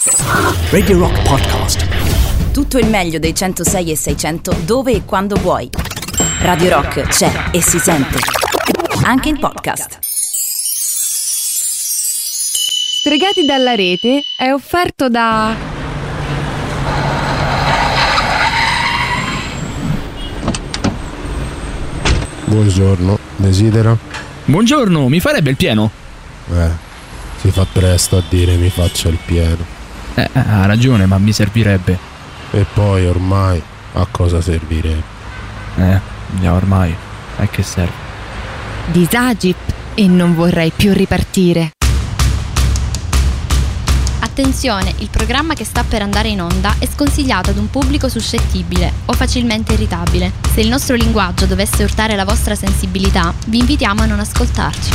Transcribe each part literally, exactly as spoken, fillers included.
Radio Rock Podcast. Tutto il meglio dei centosei e seicento dove e quando vuoi. Radio Rock c'è e si sente anche in podcast. Stregati dalla rete è offerto da Buongiorno, desidera? Buongiorno, mi farebbe il pieno? Eh, si fa presto a dire mi faccia il pieno. Eh, ha ragione, ma mi servirebbe. E poi ormai a cosa servirebbe? Eh, già ormai, a che serve? Disagi e non vorrei più ripartire. Attenzione, il programma che sta per andare in onda è sconsigliato ad un pubblico suscettibile o facilmente irritabile. Se il nostro linguaggio dovesse urtare la vostra sensibilità, vi invitiamo a non ascoltarci.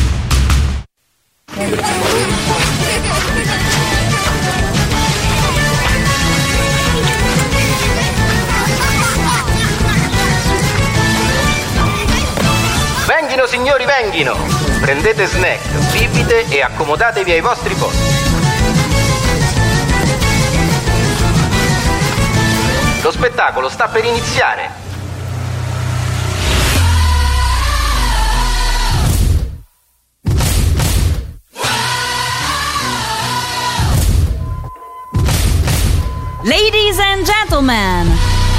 Venghino signori, venghino! Prendete snack, bibite e accomodatevi ai vostri posti. Lo spettacolo sta per iniziare. Ladies and gentlemen,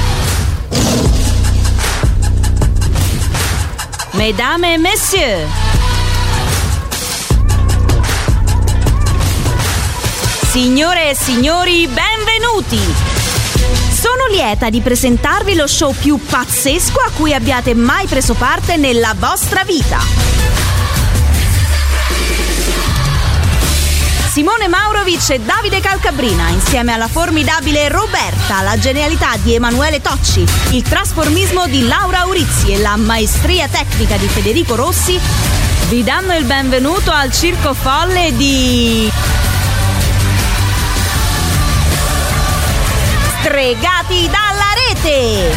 mesdames et messieurs, signore e signori, benvenuti! Sono lieta di presentarvi lo show più pazzesco a cui abbiate mai preso parte nella vostra vita. Simone Maurovic e Davide Calcabrina, insieme alla formidabile Roberta, la genialità di Emanuele Tocci, il trasformismo di Laura Urizzi e la maestria tecnica di Federico Rossi, vi danno il benvenuto al circo folle di... Stregati dalla rete!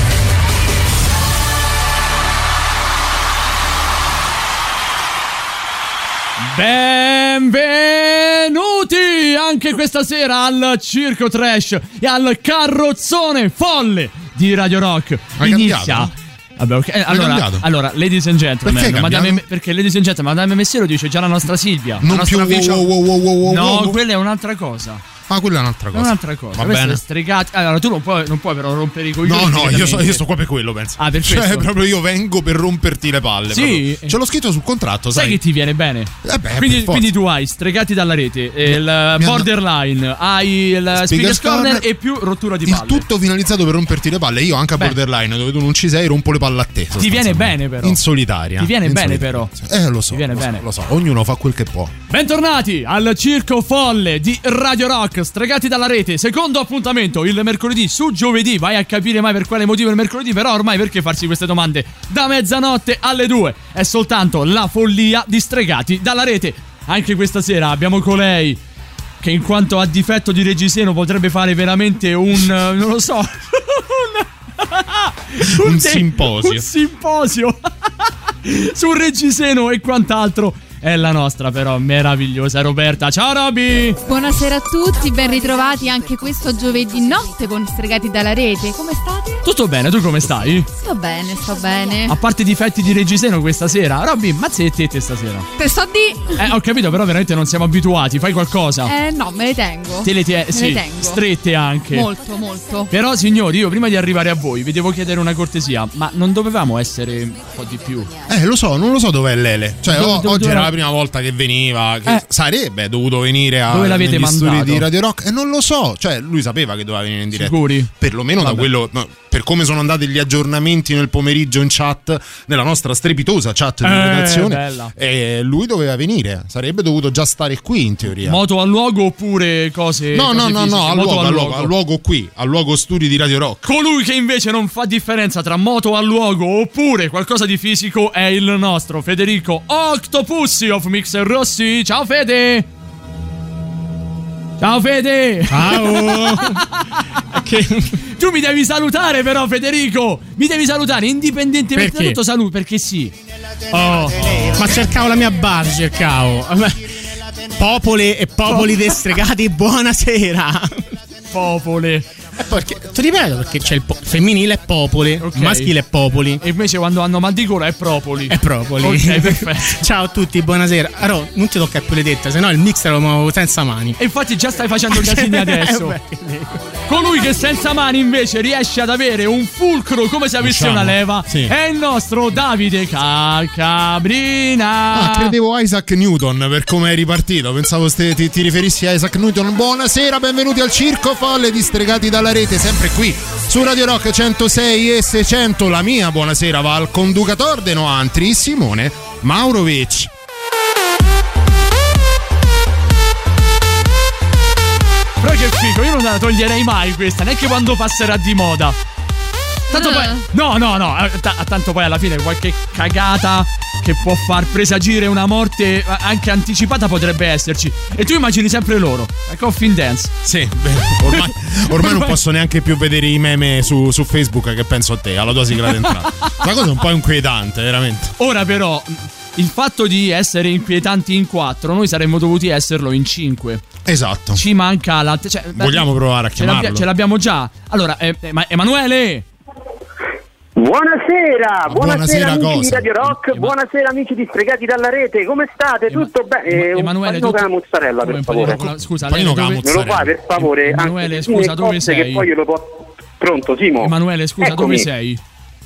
Benvenuti anche questa sera al Circo Trash e al carrozzone folle di Radio Rock. Hai Inizia. cambiato? Vabbè, ok. Eh, allora, allora, ladies and gentlemen, Perché madame, perché ladies and gentlemen, Madame Messiero dice già la nostra Silvia. Non la più nostra wow, ficia- wow, wow, wow, wow, No, wow. quella è un'altra cosa. Ah, quella è un'altra È cosa. un'altra cosa. Va Questo bene. è stregati. Allora, tu non puoi, non puoi però rompere i coglioni. No, no, io, so, direttamente. io sto qua per quello, penso. Ah, per Cioè, questo? proprio io vengo per romperti le palle. Sì. proprio. Ce l'ho scritto sul contratto, sai? Sai che ti viene bene? Eh beh, quindi, per forza. quindi tu hai Stregati dalla rete, eh, il hanno- borderline, hai il Speakers Corner e più rottura di Il palle. tutto finalizzato per romperti le palle. Io anche a Beh. Borderline, dove tu non ci sei, rompo le palle a te. Ti viene bene però. In solitaria. Ti viene In bene solitaria. però. Eh, lo so. Ti viene lo bene. So, lo so. Ognuno fa quel che può. Bentornati al Circo Folle di Radio Rock, Stregati dalla rete, secondo appuntamento il mercoledì su giovedì. Vai a capire mai per quale motivo il mercoledì, però ormai perché farsi queste domande da mezzanotte alle due? È soltanto la follia di Stregati dalla rete. Anche questa sera abbiamo colei che in quanto a difetto di reggiseno potrebbe fare veramente un, non lo so, un, Un de- simposio. Un simposio sul reggiseno e quant'altro. È la nostra però meravigliosa Roberta. Ciao Roby! Buonasera a tutti, ben ritrovati anche questo giovedì notte con Stregati dalla rete. Come state? Tutto bene, tu come stai? Sto bene, sto bene. A parte i difetti di reggiseno questa sera. Robby, mazzetti te stasera. Te sto di... Eh, ho capito, però veramente non siamo abituati. Fai qualcosa. Eh no, me le tengo. Te le tieni, Me sì, le tengo. strette anche. Molto, molto. Però signori, io prima di arrivare a voi vi devo chiedere una cortesia. Ma non dovevamo essere un po' di più? Eh, lo so, non lo so dov'è Lele. Cioè, Dove- o- dove- oggi dove- era la prima volta che veniva. Che Eh. sarebbe dovuto venire a, Dove l'avete negli studi mandato? di Radio Rock. E non lo so. Cioè, lui sapeva che doveva venire in diretta. Sicuri? Perlomeno da Vabbè. quello. No, per come sono andati gli aggiornamenti nel pomeriggio in chat, nella nostra strepitosa chat di Eh, redazione. bella. E lui doveva venire. Sarebbe dovuto già stare qui in teoria. Moto al luogo oppure cose. no, no, cose no, fisiche? no, al Moto luogo, al luogo, al luogo qui, al luogo studi di Radio Rock. Colui che invece non fa differenza tra moto al luogo oppure qualcosa di fisico è il nostro Federico Octopussy of Mixer Rossi. Ciao Fede! Ciao Fede! Ciao! Che... Tu mi devi salutare però Federico! Mi devi salutare indipendentemente Perché? da tutto, saluto perché sì. Oh, ma cercavo la mia base, cercavo. Popole e popoli destregati, buonasera. Popole. Perché, ti ripeto, perché c'è il po- femminile è popole, Ok. il maschile è popoli. E invece quando hanno mal di gola è propoli. È propoli. Ok, perfetto. Ciao a tutti, buonasera. Allora, non ti tocca più le dette, se no il mixer lo muovo senza mani. E infatti già stai facendo casini adesso. Eh, beh, Colui che senza mani invece riesce ad avere un fulcro come se avesse Diciamo, una leva sì. è il nostro Davide Calcabrina. Ah, credevo Isaac Newton per come è ripartito. Pensavo ste, ti, ti riferissi a Isaac Newton. Buonasera, benvenuti al Circo Folle distregati dalla rete, sempre qui su Radio Rock centosei e seicento. La mia buonasera va al conducatore de Noantri, Simone Maurovic. Però che figo, io non la toglierei mai questa, neanche quando passerà di moda. Tanto poi, no, no, no, eh, t- tanto poi alla fine qualche cagata che può far presagire una morte anche anticipata potrebbe esserci. E tu immagini sempre loro, la Coffin Dance. Sì, beh, ormai, ormai non posso neanche più vedere i meme su, su Facebook che penso a te, alla tua sigla d'entrata. La cosa è un po' inquietante, veramente. Ora però, il fatto di essere inquietanti in quattro, noi saremmo dovuti esserlo in cinque. Esatto. Ci manca la... Cioè, Vogliamo provare a ce, l'abbia- chiamarlo? ce l'abbiamo già. Allora, eh, eh, ma- Emanuele... Buonasera, buonasera, buonasera amici cosa? di Radio Rock, Ema- buonasera amici di Stregati dalla rete, come state? Ema- Tutto bene? Ema- Eh, un Emanuele, panino tutto- con la mozzarella, Come per un panino favore. con la- Scusa, Panino Lele, con la dove- Me lo fai per favore? Emanuele, Anche scusa, dove cose sei? Che poi io lo posso... Pronto, Simo? Emanuele, scusa, Eccomi. dove sei?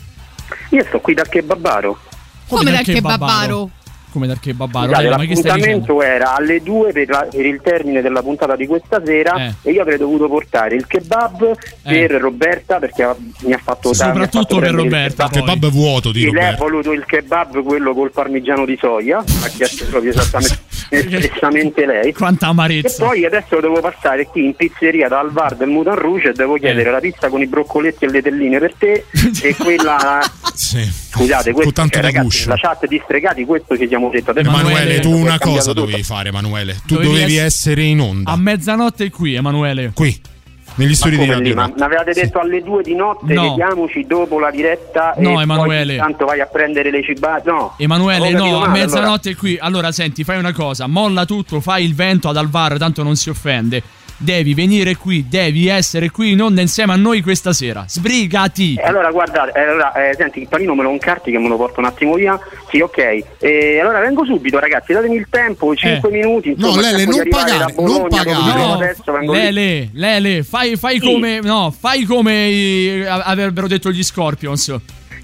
Io sto qui dal kebabaro. Come dal kebabaro? Come dal kebabaro? Scusate, Lele, ma che stai dicendo? l'appuntamento era alle due per, la- per il termine della puntata di questa sera Eh. e io avrei dovuto portare il kebab per Roberta perché mi ha fatto Sì, da- mi ha soprattutto fatto per prendere il Roberta, kebab. Che kebab vuoto di Sì, lei ha Roberto. voluto il kebab, quello col parmigiano di soia, ha chiesto proprio esattamente, espressamente lei. Quanta E amarezza. poi adesso devo passare qui in pizzeria da Alvar del Mouton Rouge e devo chiedere Eh. la pizza con i broccoletti e le telline per te e quella... Sì. Scusate, con questo, tanto cioè, di ragazzi, guscio. la chat di Stregati, questo ci siamo detti. Adesso Emanuele, Emanuele, tu è una cambiato cosa tutto. dovevi fare, Emanuele. Tu Dovevi dovevi ess- essere in onda. A mezzanotte qui, Emanuele. Qui, negli Ma studi di come Radio lì? Ma Rock. mi avevate detto alle due di notte, No. vediamoci dopo la diretta No, e Emanuele. poi intanto vai a prendere le cibate. No, Emanuele, Avevo capito no, a male, mezzanotte qui. Allora, senti, fai una cosa, molla tutto, fai il vento ad Alvar, tanto non si offende. Devi venire qui, devi essere qui in onda insieme a noi questa sera. Sbrigati! E allora guardate, eh, allora, eh, senti, il panino me lo incarti che me lo porto un attimo via. Sì, ok. E allora vengo subito, ragazzi, datemi il tempo, cinque minuti. Insomma, No, il Lele, tempo di non arrivare pagare, da Bologna, non pagare. dove sono No, adesso, vengo lì. Lele, Lele, fai, fai Sì. come. No, fai come i- a- avrebbero detto gli Scorpions.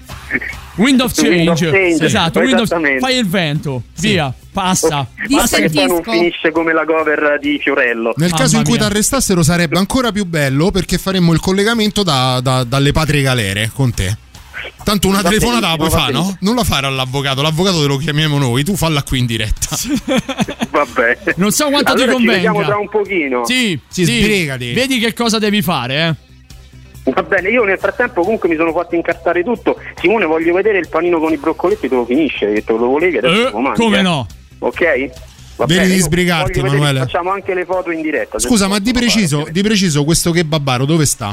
Wind of Change. Wind of Change, Esatto, Wind of- esattamente. fai il vento. Via, passa. Basta che poi non Dissentisco. finisce come la cover di Fiorello. Nel Mamma caso in cui ti mia. arrestassero sarebbe ancora più bello perché faremmo il collegamento da- da- dalle patrie galere con te. Tanto una Va telefonata la puoi benissimo, va fare, no? benissimo. Non la fare all'avvocato, l'avvocato te lo chiamiamo noi, tu falla qui in diretta. Vabbè. Non so quanto allora ti ci vediamo convenga. tra un pochino. Sì, Sì, sì. sbrigati. Vedi che cosa devi fare, eh? Va bene, io nel frattempo comunque mi sono fatto incartare tutto. Simone, voglio vedere il panino con i broccoletti dove finisce, che te lo volevi adesso Eh, lo mangi, come eh. no? Ok? Va Vedi bene, di io sbrigarti, voglio vedere- Emanuele. Facciamo anche le foto in diretta. se Scusa, si ma di possono preciso, fare. di preciso questo kebabaro dove sta?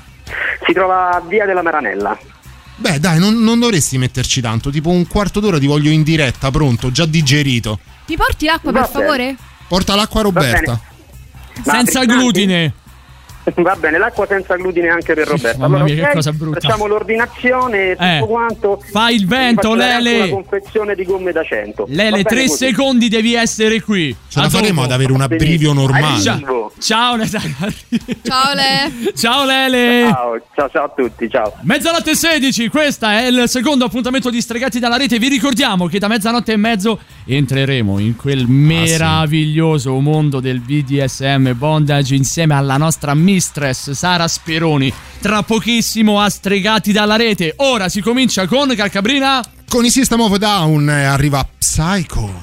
Si trova a Via della Maranella. Beh, dai, non, non dovresti metterci tanto, tipo un quarto d'ora ti voglio in diretta, pronto, già digerito. Mi porti l'acqua Va per bene. favore? Porta l'acqua a Roberta. Ma Senza Santi- glutine. Va bene, l'acqua senza glutine anche per Roberta. Mamma Allora, mia, che ok, cosa brutta. facciamo l'ordinazione, tutto Eh, quanto. fai il vento, Faccio anche Lele. una confezione di gomme da cento. Va Lele, bene tre così. secondi devi essere qui. Ce la A faremo dopo. ad avere un abbrivio normale. Arrivo. Ciao, Le- Ciao Le. Ciao Lele. Ciao, ciao, ciao a tutti, ciao. Mezzanotte e sedici, questo è il secondo appuntamento di Stregati dalla rete. Vi ricordiamo che da mezzanotte e mezzo entreremo in quel meraviglioso mondo del B D S M bondage insieme alla nostra mistress Sara Speroni. Tra pochissimo a Stregati dalla rete. Ora si comincia con Calcabrina. Con i System of a Down eh, arriva Psycho.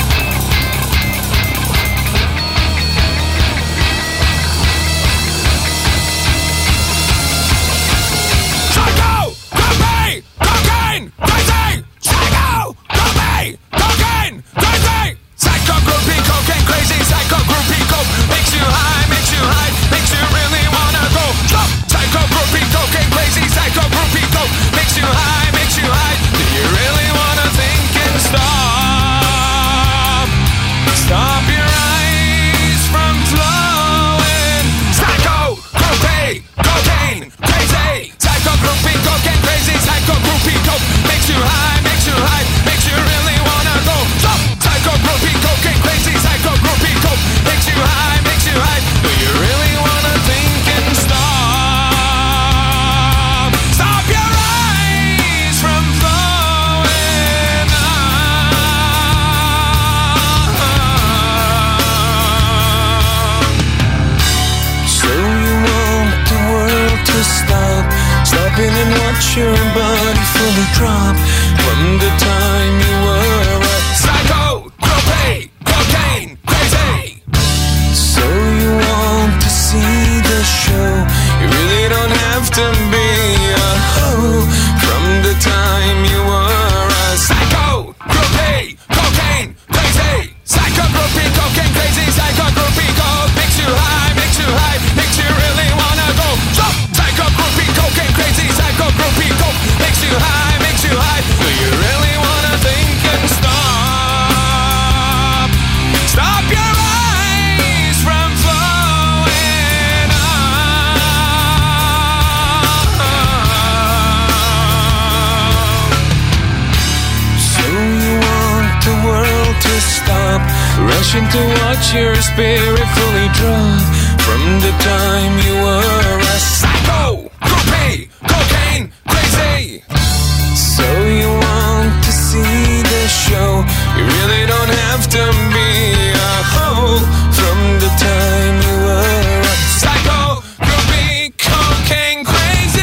Psycho and watch your body fully drop from the time you were a psycho, propane, cocaine, crazy. So you want to see the show? You really don't have to be a hoe from the time you were a psycho, propane, cocaine, crazy. Psycho, propane, cocaine, crazy. Psycho, propane, coke makes you high, makes you high, makes you really wanna go. Stop. Psycho, propane, cocaine, crazy. Psycho, propane, coke makes you high, makes you high. Do you really wanna think and stop? Stop your eyes from flowing out. So you want the world to stop, rushing to watch your spirit fully drop from the time you were a psycho, groupie, cocaine, crazy. So you want to see the show? You really don't have to be a hoe from the time you were a psycho, groupie, cocaine, crazy.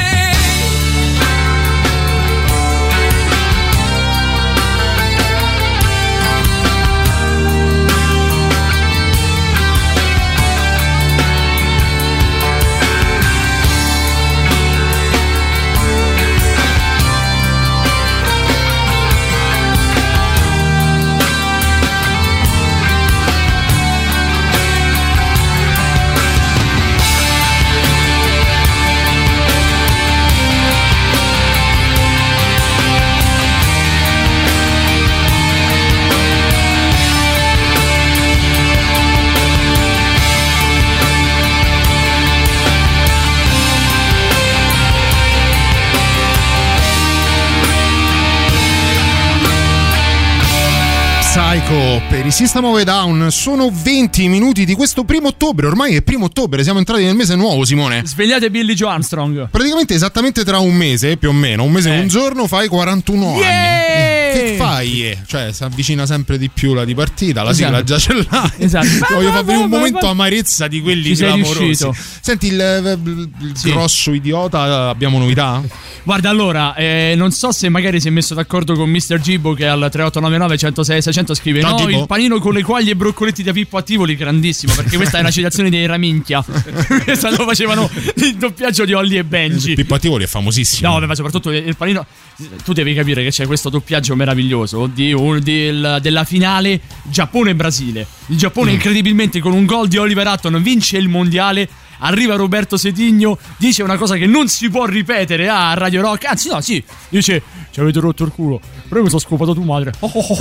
Psycho per i System of a Down. Sono venti minuti di questo primo ottobre. Ormai è primo ottobre, siamo entrati nel mese nuovo, Simone. Svegliate Billy Joe Armstrong. Praticamente esattamente tra un mese, più o meno, un mese e Eh. un giorno fai quarantuno Yeah! anni. Che fai? Eh? Cioè, si avvicina sempre di più la di partita, la Esatto. sigla già ce l'hai. Esatto. Voglio far venire un momento amarezza di quelli Ci sei clamorosi. riuscito. Senti, il, il Sì. grosso idiota, abbiamo novità? Guarda, allora, eh, non so se magari si è messo d'accordo con mister Gibo che al tre otto nove nove uno zero sei sei zero zero scrive: Ciao, no, Gibo. il panino con le quaglie e broccoletti da Pippo a Tivoli, grandissimo, perché questa è una citazione dei Raminchia. Questa lo facevano il doppiaggio di Olli e Benji. Pippo Attivoli è famosissimo. No, ma soprattutto il panino. Tu devi capire che c'è questo doppiaggio meraviglioso di un- del- della finale Giappone-Brasile. Il Giappone, Mm. incredibilmente, con un gol di Oliver Hutton, vince il mondiale. Arriva Roberto Sedigno, dice una cosa che non si può ripetere a Radio Rock. Anzi, no, sì, dice: ci avete rotto il culo, però mi sono scopato tua madre. Oh, oh, oh.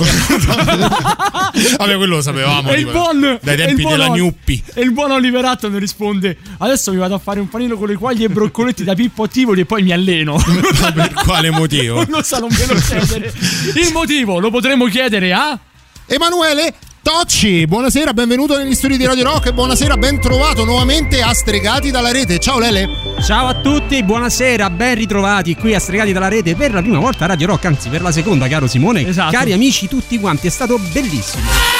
Vabbè, quello lo sapevamo. E il tipo, buon, dai e il tempi buon della Oli- Gnuppi. E il buon Oliver Hutton risponde: adesso mi vado a fare un panino con le quaglie e broccoletti da Pippo a Tivoli e poi mi alleno. Per quale motivo? Non lo so, non ve lo chiedere. Il motivo lo potremmo chiedere a Emanuele Tocci. Buonasera, benvenuto negli studi di Radio Rock e buonasera, ben trovato nuovamente a Stregati dalla Rete. Ciao Lele. Ciao a tutti, buonasera, ben ritrovati qui a Stregati dalla Rete per la prima volta a Radio Rock, anzi per la seconda, caro Simone. Esatto. Cari amici tutti quanti, è stato bellissimo.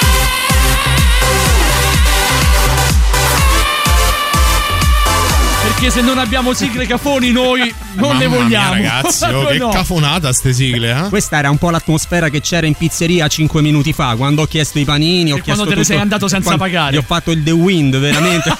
perché se non abbiamo sigle cafoni noi non Mamma ne vogliamo. mia, ragazzi, oh, che No. cafonata ste sigle, eh? Questa era un po' l'atmosfera che c'era in pizzeria cinque minuti fa, quando ho chiesto i panini, ho E chiesto quando te ne tutto, sei andato senza quando pagare. Gli ho fatto il The Wind, veramente.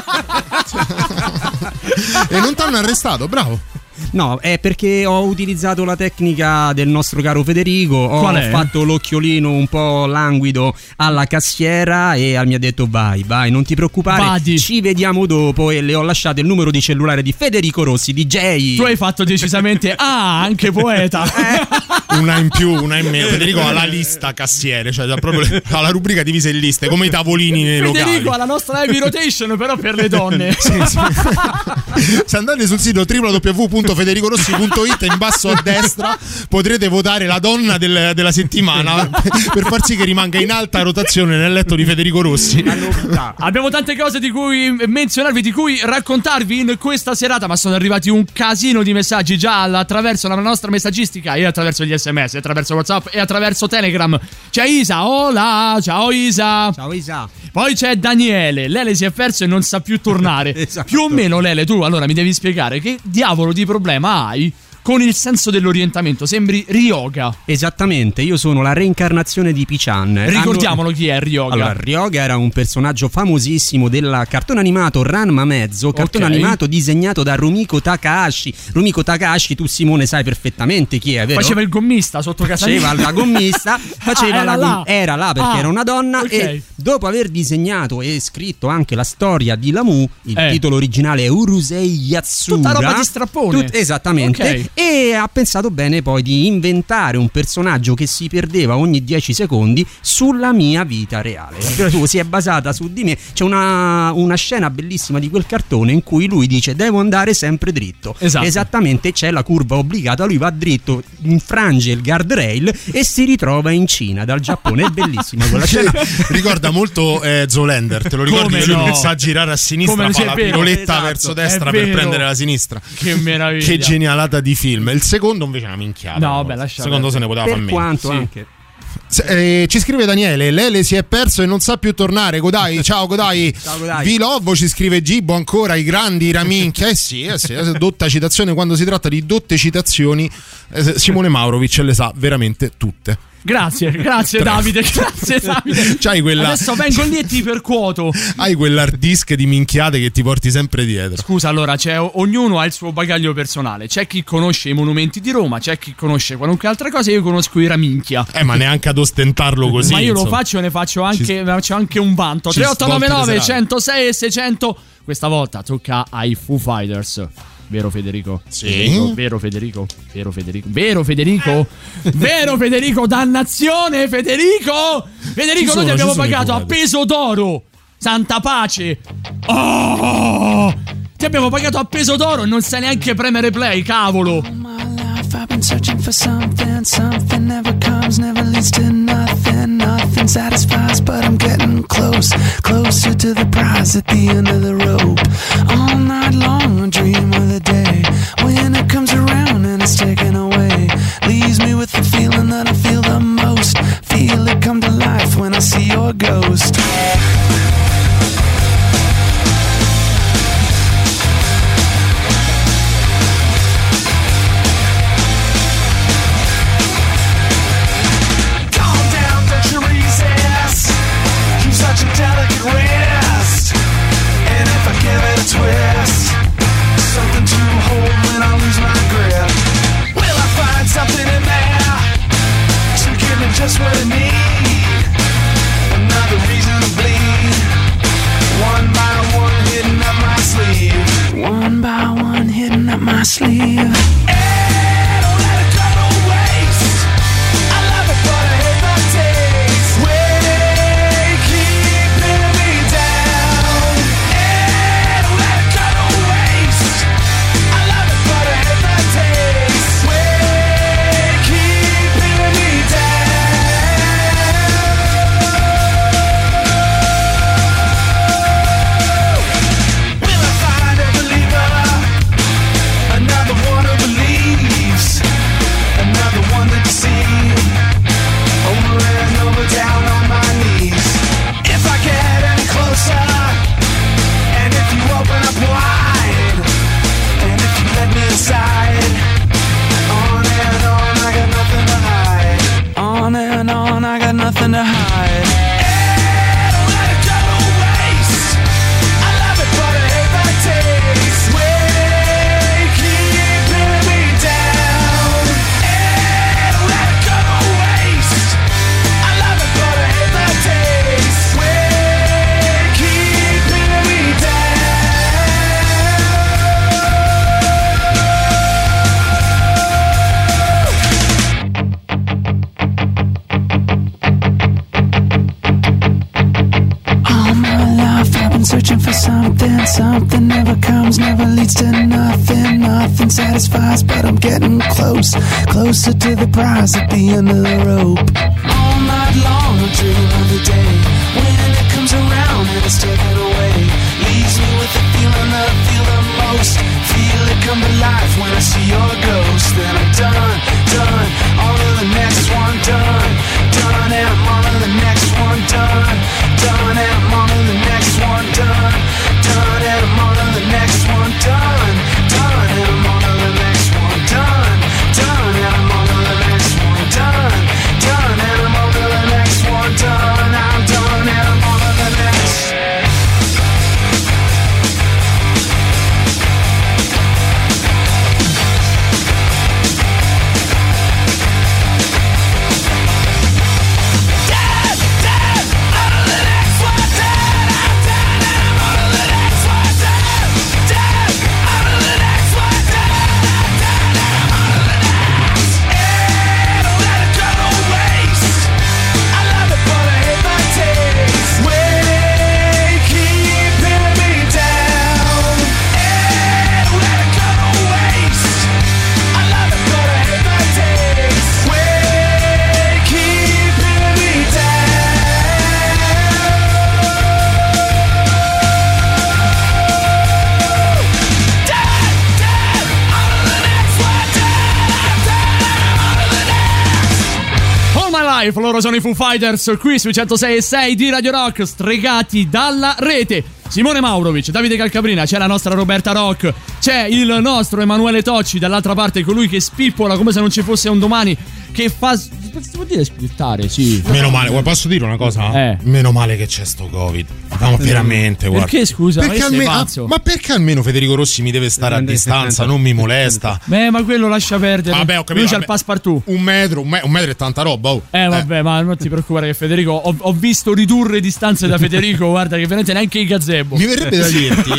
E non t'hanno arrestato, bravo. No, è perché ho utilizzato la tecnica del nostro caro Federico. Ho Qual è? fatto l'occhiolino un po' languido alla cassiera e mi ha detto vai, vai, non ti preoccupare, Vadi. ci vediamo dopo, e le ho lasciato il numero di cellulare di Federico Rossi, D J. Tu hai fatto decisamente ah, anche poeta. Una in più, una in meno. Federico ha la lista cassiere, cioè ha proprio le- ha la rubrica divisa in liste, come i tavolini nei Federico locali. ha la nostra heavy rotation però per le donne. Sì, sì. Se andate sul sito w w w punto federicorossi punto it, in basso a destra potrete votare la donna del- della settimana per far sì che rimanga in alta rotazione nel letto di Federico Rossi. Abbiamo tante cose di cui menzionarvi, di cui raccontarvi in questa serata, ma sono arrivati un casino di messaggi già attraverso la nostra messaggistica e attraverso gli sms, attraverso WhatsApp e attraverso Telegram. C'è Isa, hola, ciao Isa. Ciao Isa. Poi c'è Daniele, Lele si è perso e non sa più tornare. Esatto. Più o meno, Lele, tu allora mi devi spiegare che diavolo di problema hai con il senso dell'orientamento. Sembri Ryoga. Esattamente, io sono la reincarnazione di Pichan. Ricordiamolo Hanno... chi è Ryoga. Allora, Ryoga era un personaggio famosissimo del cartone animato Ranma Mezzo, cartone Ok. animato disegnato da Rumiko Takahashi. Rumiko Takahashi, tu Simone sai perfettamente chi è, vero? Faceva il gommista sotto casa Faceva mia. la gommista, faceva Ah, era la là. era là perché Ah, era una donna ok. e dopo aver disegnato e scritto anche la storia di Lamu, il Eh. titolo originale è Urusei Yatsura. Tutta roba di strappone. Tut- esattamente. Ok. E ha pensato bene poi di inventare un personaggio che si perdeva ogni dieci secondi sulla mia vita reale. La sua si è basata su di me. C'è una, una scena bellissima di quel cartone in cui lui dice devo andare sempre dritto. Esatto. Esattamente, c'è la curva obbligata, lui va dritto, infrange il guardrail e si ritrova in Cina dal Giappone. È bellissima quella scena. Ricorda molto eh, Zoolander, te lo ricordi? Come Lui no? non sa girare a sinistra, Come fa c'è la vero, piroletta esatto, verso è destra per vero. prendere la sinistra. Che meraviglia. Che genialata di film. Il secondo invece è una minchiata. No, vabbè, lascia Secondo se ne poteva far Per meglio. quanto Sì. anche Se- eh, ci scrive Daniele, Lele si è perso e non sa più tornare. Godai, ciao Godai. Ciao, Godai. Vilovo ci scrive Gibbo ancora, i grandi raminchia. Eh sì, eh sì, eh, dotta citazione. Quando si tratta di dotte citazioni, eh, Simone Maurovic le sa veramente tutte. Grazie, grazie Davide, grazie Davide. C'hai quella- Adesso vengo lì e ti percuoto. Hai quell'hard disk di minchiate che ti porti sempre dietro. Scusa, allora, c'è, ognuno ha il suo bagaglio personale. C'è chi conosce i monumenti di Roma, c'è chi conosce qualunque altra cosa. Io conosco i Raminchia. Eh, ma neanche ad ostentarlo così. Ma io lo insomma. faccio e ne faccio anche, Ci- faccio anche un vanto. ci tre otto nove nove svolte le centosei e seicento. Questa volta tocca ai Foo Fighters. Vero Federico? Sì. Federico, vero Federico? Vero Federico? Vero Federico? Vero Federico? Dannazione Federico! Federico, Ci noi sono, ti abbiamo ci sono i pagato a Foo Fighters. peso d'oro. Santa pace. Oh! Ti abbiamo pagato a peso d'oro e non sai neanche premere play, cavolo. I've been searching for something, something never comes, never leads to nothing, nothing satisfies, but I'm getting close, closer to the prize at the end of the rope. All night long I dream of the day when it comes around and it's taken away, leaves me with the feeling that I feel the most, feel it come to life when I see your ghost. Such a delicate wrist, and if I give it a twist, something to hold when I lose my grip. Will I find something in there to give me just what I need? Another reason to bleed. One by one, hidden up my sleeve. One by one, hidden up my sleeve. Hey, don't let it go to waste. I love it, but I hate the taste. Wait. Nothing to hide. Hey, don't let it go to waste. I love it, but I hate the taste. Way keeping me down. Hey, don't let it go to waste. I love it, but I hate the taste. Way keeping me down. Searching for something, something never comes, never leads to nothing, nothing satisfies, but I'm getting close, closer to the prize at the end of the rope. All night long I dream of the day when it comes around and it's taken away, leaves me with the feeling that I feel the most, feel it come to life when I see your ghost. Then I'm done, done, on to the next one, done, done, and I'm on to the next one, done, done, and I'm on Life, loro sono i Foo Fighters, qui sui centosei e sei di Radio Rock, stregati dalla rete. Simone Maurovic, Davide Calcabrina, c'è la nostra Roberta Rock, c'è il nostro Emanuele Tocci, dall'altra parte colui che spippola come se non ci fosse un domani, che fa... si può dire spittare, sì. Meno male, posso dire una cosa? Eh. Meno male che c'è sto Covid. No, veramente, guarda. Perché scusa? Perché ma, alme- pazzo? ah, ma perché almeno Federico Rossi mi deve stare a distanza, non mi molesta? Beh, ma quello lascia perdere. Vabbè, ho capito. Lui c'ha vabbè. il passepartout. Un metro, un, me- un metro e tanta roba. Oh. Eh, vabbè, eh. ma non ti preoccupare che Federico, ho, ho visto ridurre distanze da Federico, guarda che veramente neanche i gazebo. Mi verrebbe da dirti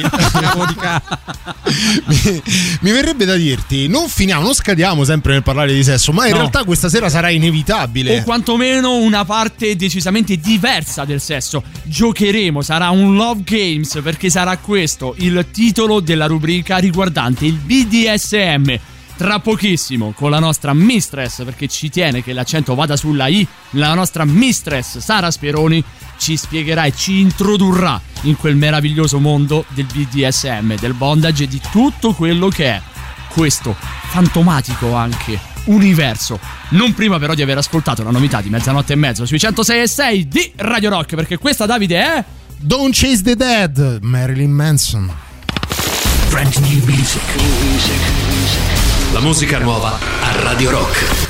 mi, mi verrebbe da dirti non finiamo, non scadiamo sempre nel parlare di sesso, ma in No. realtà questa sera sarà inevitabile. O quantomeno una parte decisamente diversa del sesso. Giocheremo, sarà un Love Games, perché sarà questo il titolo della rubrica riguardante il B D S M. Tra pochissimo con la nostra mistress, perché ci tiene che l'accento vada sulla I, la nostra mistress Sara Speroni ci spiegherà e ci introdurrà in quel meraviglioso mondo del B D S M, del bondage e di tutto quello che è questo fantomatico anche universo. Non prima però di aver ascoltato la novità di mezzanotte e mezzo sui centosei e sei di Radio Rock, perché questa, Davide, è Don't Chase the Dead, Marilyn Manson. Brand new music. La musica nuova a Radio Rock.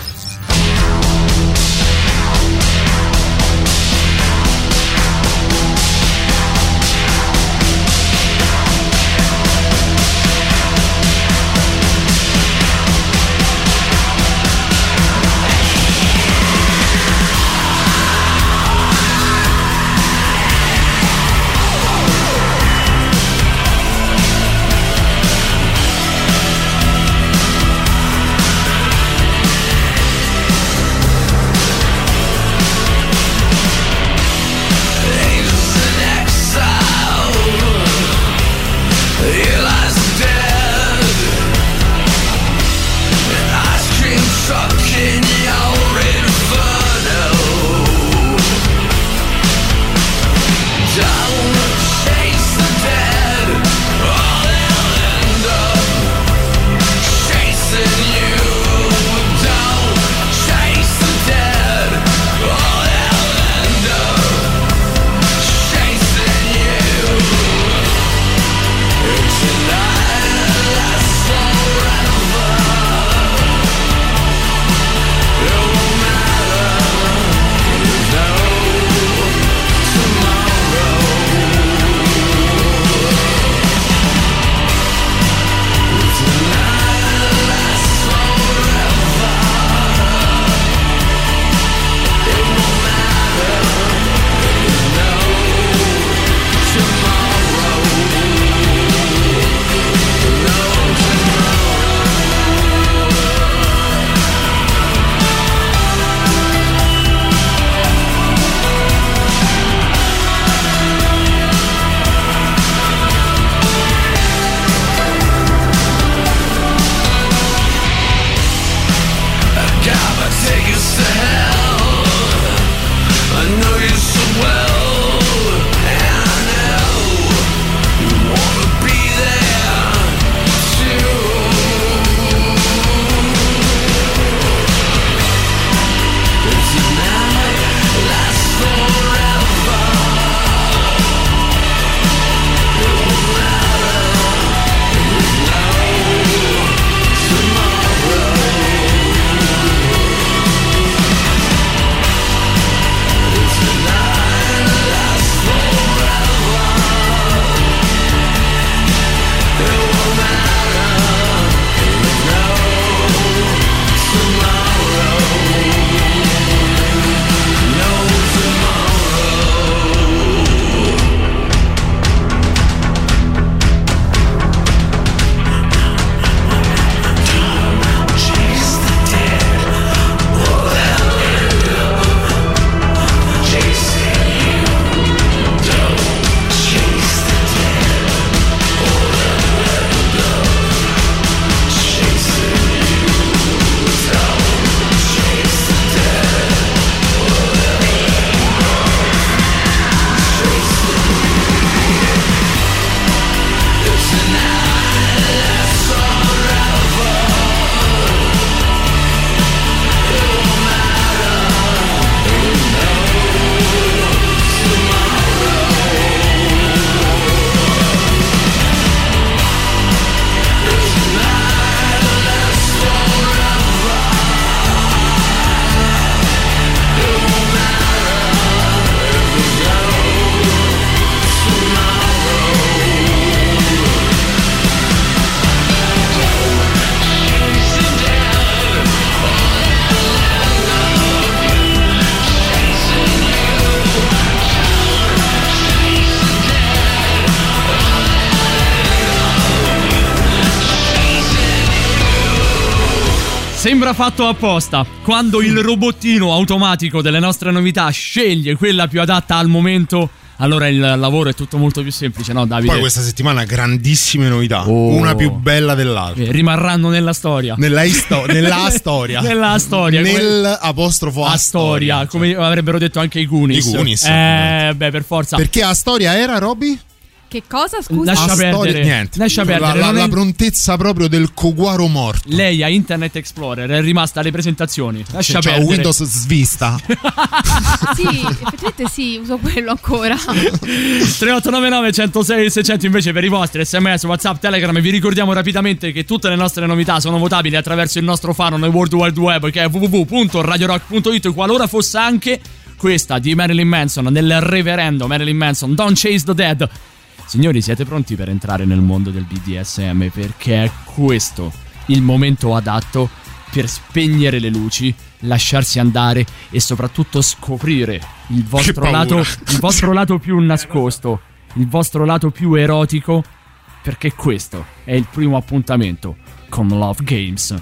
sembra fatto apposta. Quando il robottino automatico delle nostre novità sceglie quella più adatta al momento, allora il lavoro è tutto molto più semplice, no Davide? Poi questa settimana grandissime novità, Oh. una più bella dell'altra. Eh, rimarranno nella storia. Nella, isto- nella storia. Nella storia. come- Nel apostrofo a a storia, come avrebbero detto anche i Goonies. I Goonies, Eh, beh, per forza. Perché a storia era, Roby? Che cosa, scusa? Lascia A perdere. storia, niente. Lascia La- perdere. La, non la è- prontezza proprio del coguaro morto. Lei ha Internet Explorer, è rimasta alle presentazioni. Lascia C'ha perdere. Windows svista. Sì, effettivamente sì, uso quello ancora. tre otto nove nove uno zero sei seicento invece per i vostri sms, WhatsApp, Telegram. Vi ricordiamo rapidamente che tutte le nostre novità sono votabili attraverso il nostro faro nel World Wide Web, che è w w w punto radio rock punto it. Qualora fosse anche questa di Marilyn Manson, nel reverendo Marilyn Manson, Don't Chase the Dead. Signori, siete pronti per entrare nel mondo del B D S M? Perché è questo il momento adatto per spegnere le luci, lasciarsi andare e soprattutto scoprire il vostro paura. lato, il vostro lato più nascosto, il vostro lato più erotico, perché questo è il primo appuntamento con Love Games.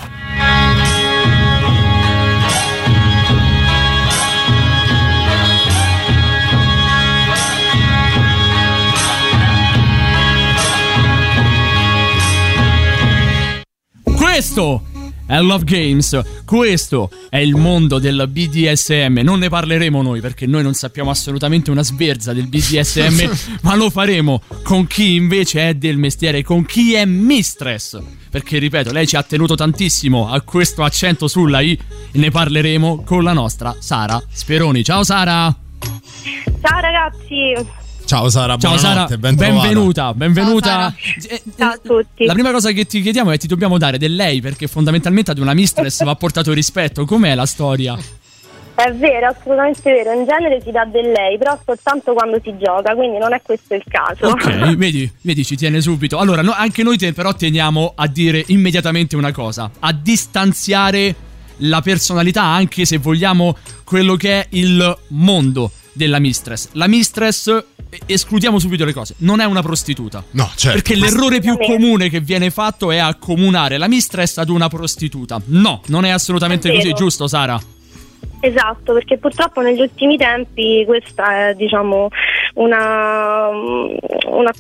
Questo è Love Games, questo è il mondo del B D S M. Non ne parleremo noi perché noi non sappiamo assolutamente una sberza del B D S M, ma lo faremo con chi invece è del mestiere, con chi è mistress. Perché ripeto, lei ci ha tenuto tantissimo a questo accento sulla I e ne parleremo con la nostra Sara Speroni. Ciao Sara! Ciao ragazzi! Ciao Sara, Ciao buonanotte, Sara, ben trovata. benvenuta, benvenuta. Eh, Ciao a tutti. La prima cosa che ti chiediamo è: ti dobbiamo dare del lei, perché fondamentalmente ad una mistress va portato rispetto. Com'è la storia? È vero, assolutamente vero. In genere si dà del lei, però soltanto quando si gioca, quindi non è questo il caso. Ok, vedi, vedi, ci tiene subito. Allora, no, anche noi te, però teniamo a dire immediatamente una cosa: a distanziare la personalità, anche se vogliamo, quello che è il mondo della mistress. La mistress, escludiamo subito le cose, non è una prostituta. No, certo. Perché l'errore più comune che viene fatto è accomunare la mistress ad una prostituta. No, non è assolutamente È così, vero. giusto Sara? Esatto, perché purtroppo negli ultimi tempi questa è, diciamo, una, una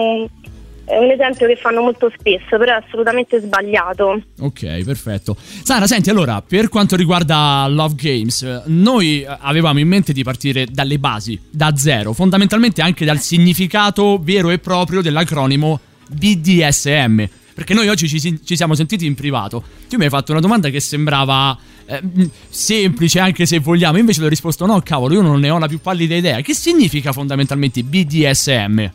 è un esempio che fanno molto spesso, però è assolutamente sbagliato. Ok, perfetto. Sara, senti, allora, per quanto riguarda Love Games, noi avevamo in mente di partire dalle basi, da zero, fondamentalmente anche dal significato vero e proprio dell'acronimo B D S M. Perché noi oggi ci, ci siamo sentiti in privato. Tu mi hai fatto una domanda che sembrava eh, semplice, anche se vogliamo. Invece ti ho risposto: no, cavolo, io non ne ho la più pallida idea. Che significa fondamentalmente B D S M?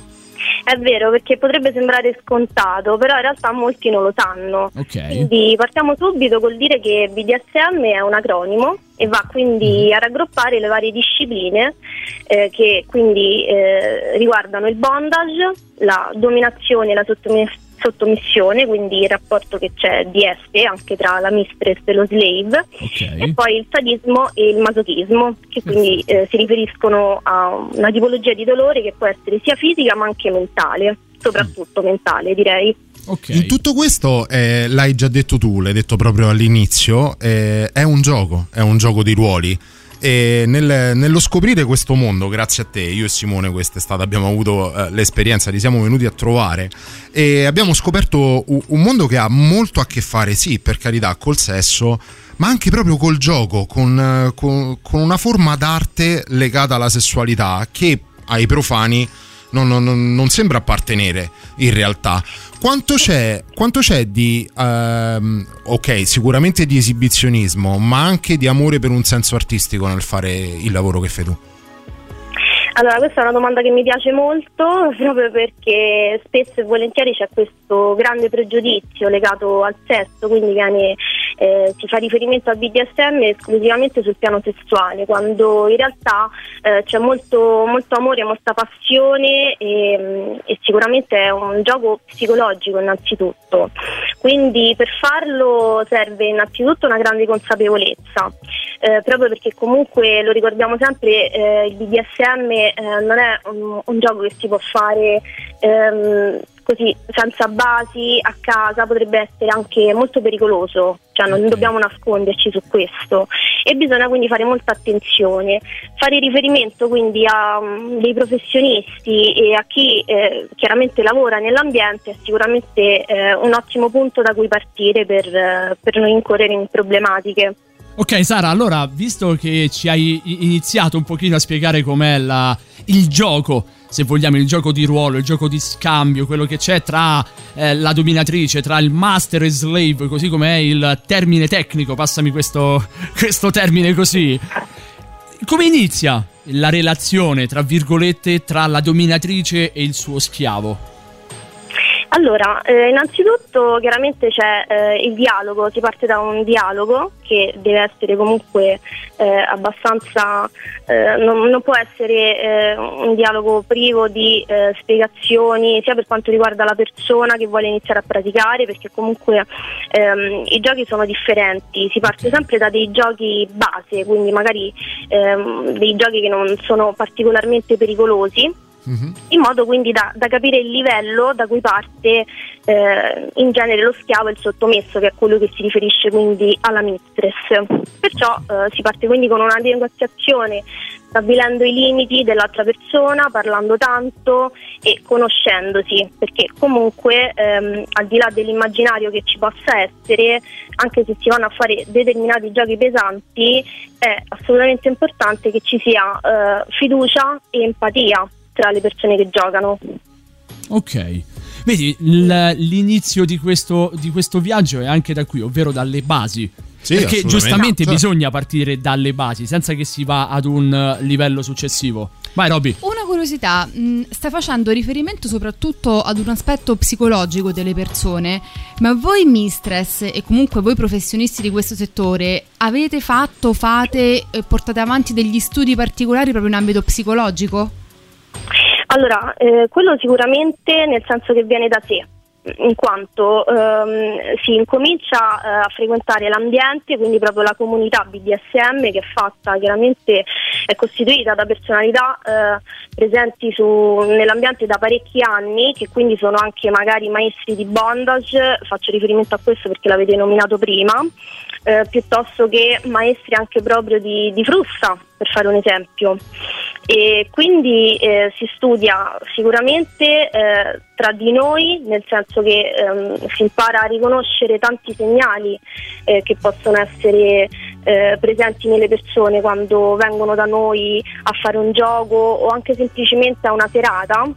È vero, perché potrebbe sembrare scontato, però in realtà molti non lo sanno. Ok. Quindi partiamo subito col dire che B D S M è un acronimo e va quindi a raggruppare le varie discipline eh, che quindi eh, riguardano il bondage, la dominazione e la sottomissione sottomissione, quindi il rapporto che c'è di esse anche tra la mistress e lo slave, okay. E poi il sadismo e il masochismo, che quindi eh, si riferiscono a una tipologia di dolore che può essere sia fisica ma anche mentale, soprattutto mm. mentale direi. Okay. In tutto questo eh, l'hai già detto tu, l'hai detto proprio all'inizio, eh, è un gioco, è un gioco di ruoli. E nel, nello scoprire questo mondo, grazie a te, io e Simone quest'estate abbiamo avuto eh, l'esperienza, li siamo venuti a trovare e abbiamo scoperto un, un mondo che ha molto a che fare, sì, per carità, col sesso, ma anche proprio col gioco, con, con, con una forma d'arte legata alla sessualità che ai profani non, non, non sembra appartenere in realtà. Quanto c'è, quanto c'è di ehm, ok, sicuramente di esibizionismo, ma anche di amore per un senso artistico nel fare il lavoro che fai tu? Allora, questa è una domanda che mi piace molto, proprio perché spesso e volentieri c'è questo grande pregiudizio legato al sesso, quindi viene, eh, si fa riferimento al B D S M esclusivamente sul piano sessuale, quando in realtà eh, c'è molto, molto amore, molta passione e, e sicuramente è un gioco psicologico innanzitutto. Quindi per farlo serve innanzitutto una grande consapevolezza, eh, proprio perché comunque lo ricordiamo sempre, eh, il B D S M eh, non è un, un gioco che si può fare ehm, così senza basi a casa potrebbe essere anche molto pericoloso, cioè non dobbiamo nasconderci su questo, e bisogna quindi fare molta attenzione, fare riferimento quindi a um, dei professionisti e a chi eh, chiaramente lavora nell'ambiente è sicuramente eh, un ottimo punto da cui partire per, eh, per non incorrere in problematiche. Ok Sara, allora visto che ci hai iniziato un pochino a spiegare com'è la, il gioco, se vogliamo il gioco di ruolo, il gioco di scambio, quello che c'è tra eh, la dominatrice, tra il master e slave, così come è il termine tecnico, passami questo, questo termine così, come inizia la relazione tra virgolette tra la dominatrice e il suo schiavo? Allora, eh, innanzitutto chiaramente c'è eh, il dialogo, si parte da un dialogo che deve essere comunque eh, abbastanza, eh, non, non può essere eh, un dialogo privo di eh, spiegazioni sia per quanto riguarda la persona che vuole iniziare a praticare, perché comunque ehm, i giochi sono differenti, si parte sempre da dei giochi base, quindi magari ehm, dei giochi che non sono particolarmente pericolosi, in modo quindi da, da capire il livello da cui parte eh, in genere lo schiavo e il sottomesso, che è quello che si riferisce quindi alla mistress. Perciò eh, si parte quindi con una negoziazione, stabilendo i limiti dell'altra persona, parlando tanto e conoscendosi, perché comunque ehm, al di là dell'immaginario che ci possa essere, anche se si vanno a fare determinati giochi pesanti, è assolutamente importante che ci sia eh, fiducia e empatia tra le persone che giocano. Ok, vedi, l- l'inizio di questo, di questo viaggio è anche da qui, ovvero dalle basi. Sì, perché giustamente certo. bisogna partire dalle basi senza che si va ad un livello successivo. Vai Robby. Una curiosità, mh, stai facendo riferimento soprattutto ad un aspetto psicologico delle persone, ma voi mistress e comunque voi professionisti di questo settore avete fatto, fate, eh, portate avanti degli studi particolari proprio in ambito psicologico? Allora, eh, quello sicuramente, nel senso che viene da sé, in quanto ehm, si incomincia eh, a frequentare l'ambiente, quindi proprio la comunità B D S M, che è fatta chiaramente, è costituita da personalità eh, presenti su, nell'ambiente da parecchi anni, che quindi sono anche magari maestri di bondage, faccio riferimento a questo perché l'avete nominato prima, eh, piuttosto che maestri anche proprio di, di frusta, per fare un esempio. E quindi eh, si studia sicuramente eh, tra di noi, nel senso che ehm, si impara a riconoscere tanti segnali eh, che possono essere eh, presenti nelle persone quando vengono da noi a fare un gioco o anche semplicemente a una serata,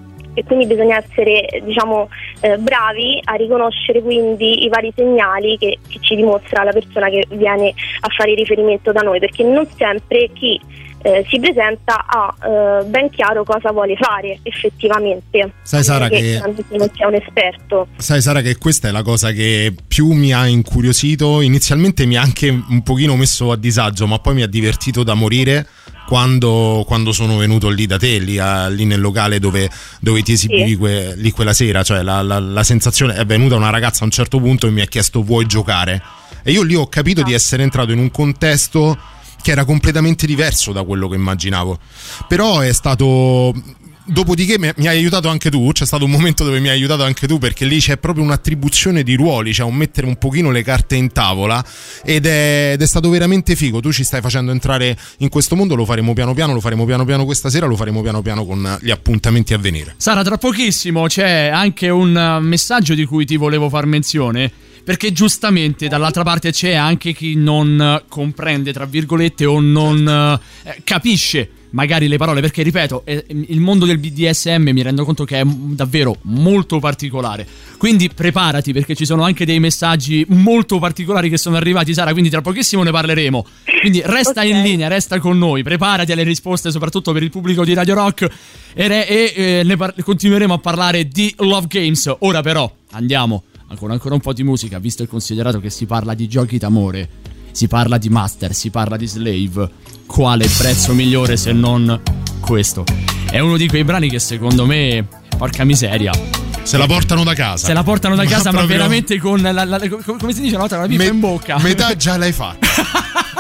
e quindi bisogna essere, diciamo, eh, bravi a riconoscere quindi i vari segnali che, che ci dimostra la persona che viene a fare riferimento da noi, perché non sempre chi Eh, si presenta ha eh, ben chiaro cosa vuole fare effettivamente. Sai Sara che, che non sia un esperto. Sai Sara che questa è la cosa che più mi ha incuriosito. Inizialmente mi ha anche un pochino messo a disagio, ma poi mi ha divertito da morire quando, quando sono venuto lì da te, lì, a, lì nel locale dove, dove ti esibivi sì. que, lì quella sera. Cioè la, la, la sensazione è venuta una ragazza a un certo punto e mi ha chiesto: vuoi giocare? E io lì ho capito ah. di essere entrato in un contesto che era completamente diverso da quello che immaginavo. Però è stato... Dopodiché mi hai aiutato anche tu, c'è stato un momento dove mi hai aiutato anche tu, perché lì c'è proprio un'attribuzione di ruoli, cioè un mettere un pochino le carte in tavola, ed è, ed è stato veramente figo. Tu ci stai facendo entrare in questo mondo, lo faremo piano piano, lo faremo piano piano questa sera, lo faremo piano piano con gli appuntamenti a venire. Sara, tra pochissimo c'è anche un messaggio di cui ti volevo far menzione, perché giustamente dall'altra parte c'è anche chi non comprende, tra virgolette, o non eh, capisce magari le parole, perché ripeto, eh, il mondo del B D S M mi rendo conto che è davvero molto particolare, quindi preparati, perché ci sono anche dei messaggi molto particolari che sono arrivati, Sara, quindi tra pochissimo ne parleremo, quindi resta okay. in linea, resta con noi, preparati alle risposte soprattutto per il pubblico di Radio Rock, e, e eh, ne par- continueremo a parlare di Love Games. Ora però andiamo ancora ancora un po' di musica, visto e considerato che si parla di giochi d'amore, si parla di master, si parla di slave. Quale prezzo migliore se non questo? È uno di quei brani che secondo me, porca miseria, se la portano da casa. Se la portano da casa, ma, ma veramente con la, la, la, come si dice una volta, con la pippa Me, in bocca. Metà già l'hai fatta.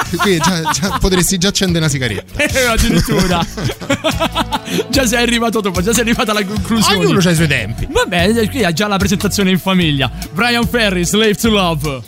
Qui già, già, potresti già accendere una sigaretta. Eh, addirittura. Già sei arrivato dopo, già sei arrivata alla conclusione. Ognuno c'ha i suoi tempi. Vabbè, qui ha già la presentazione in famiglia. Brian Ferry, Slave to Love.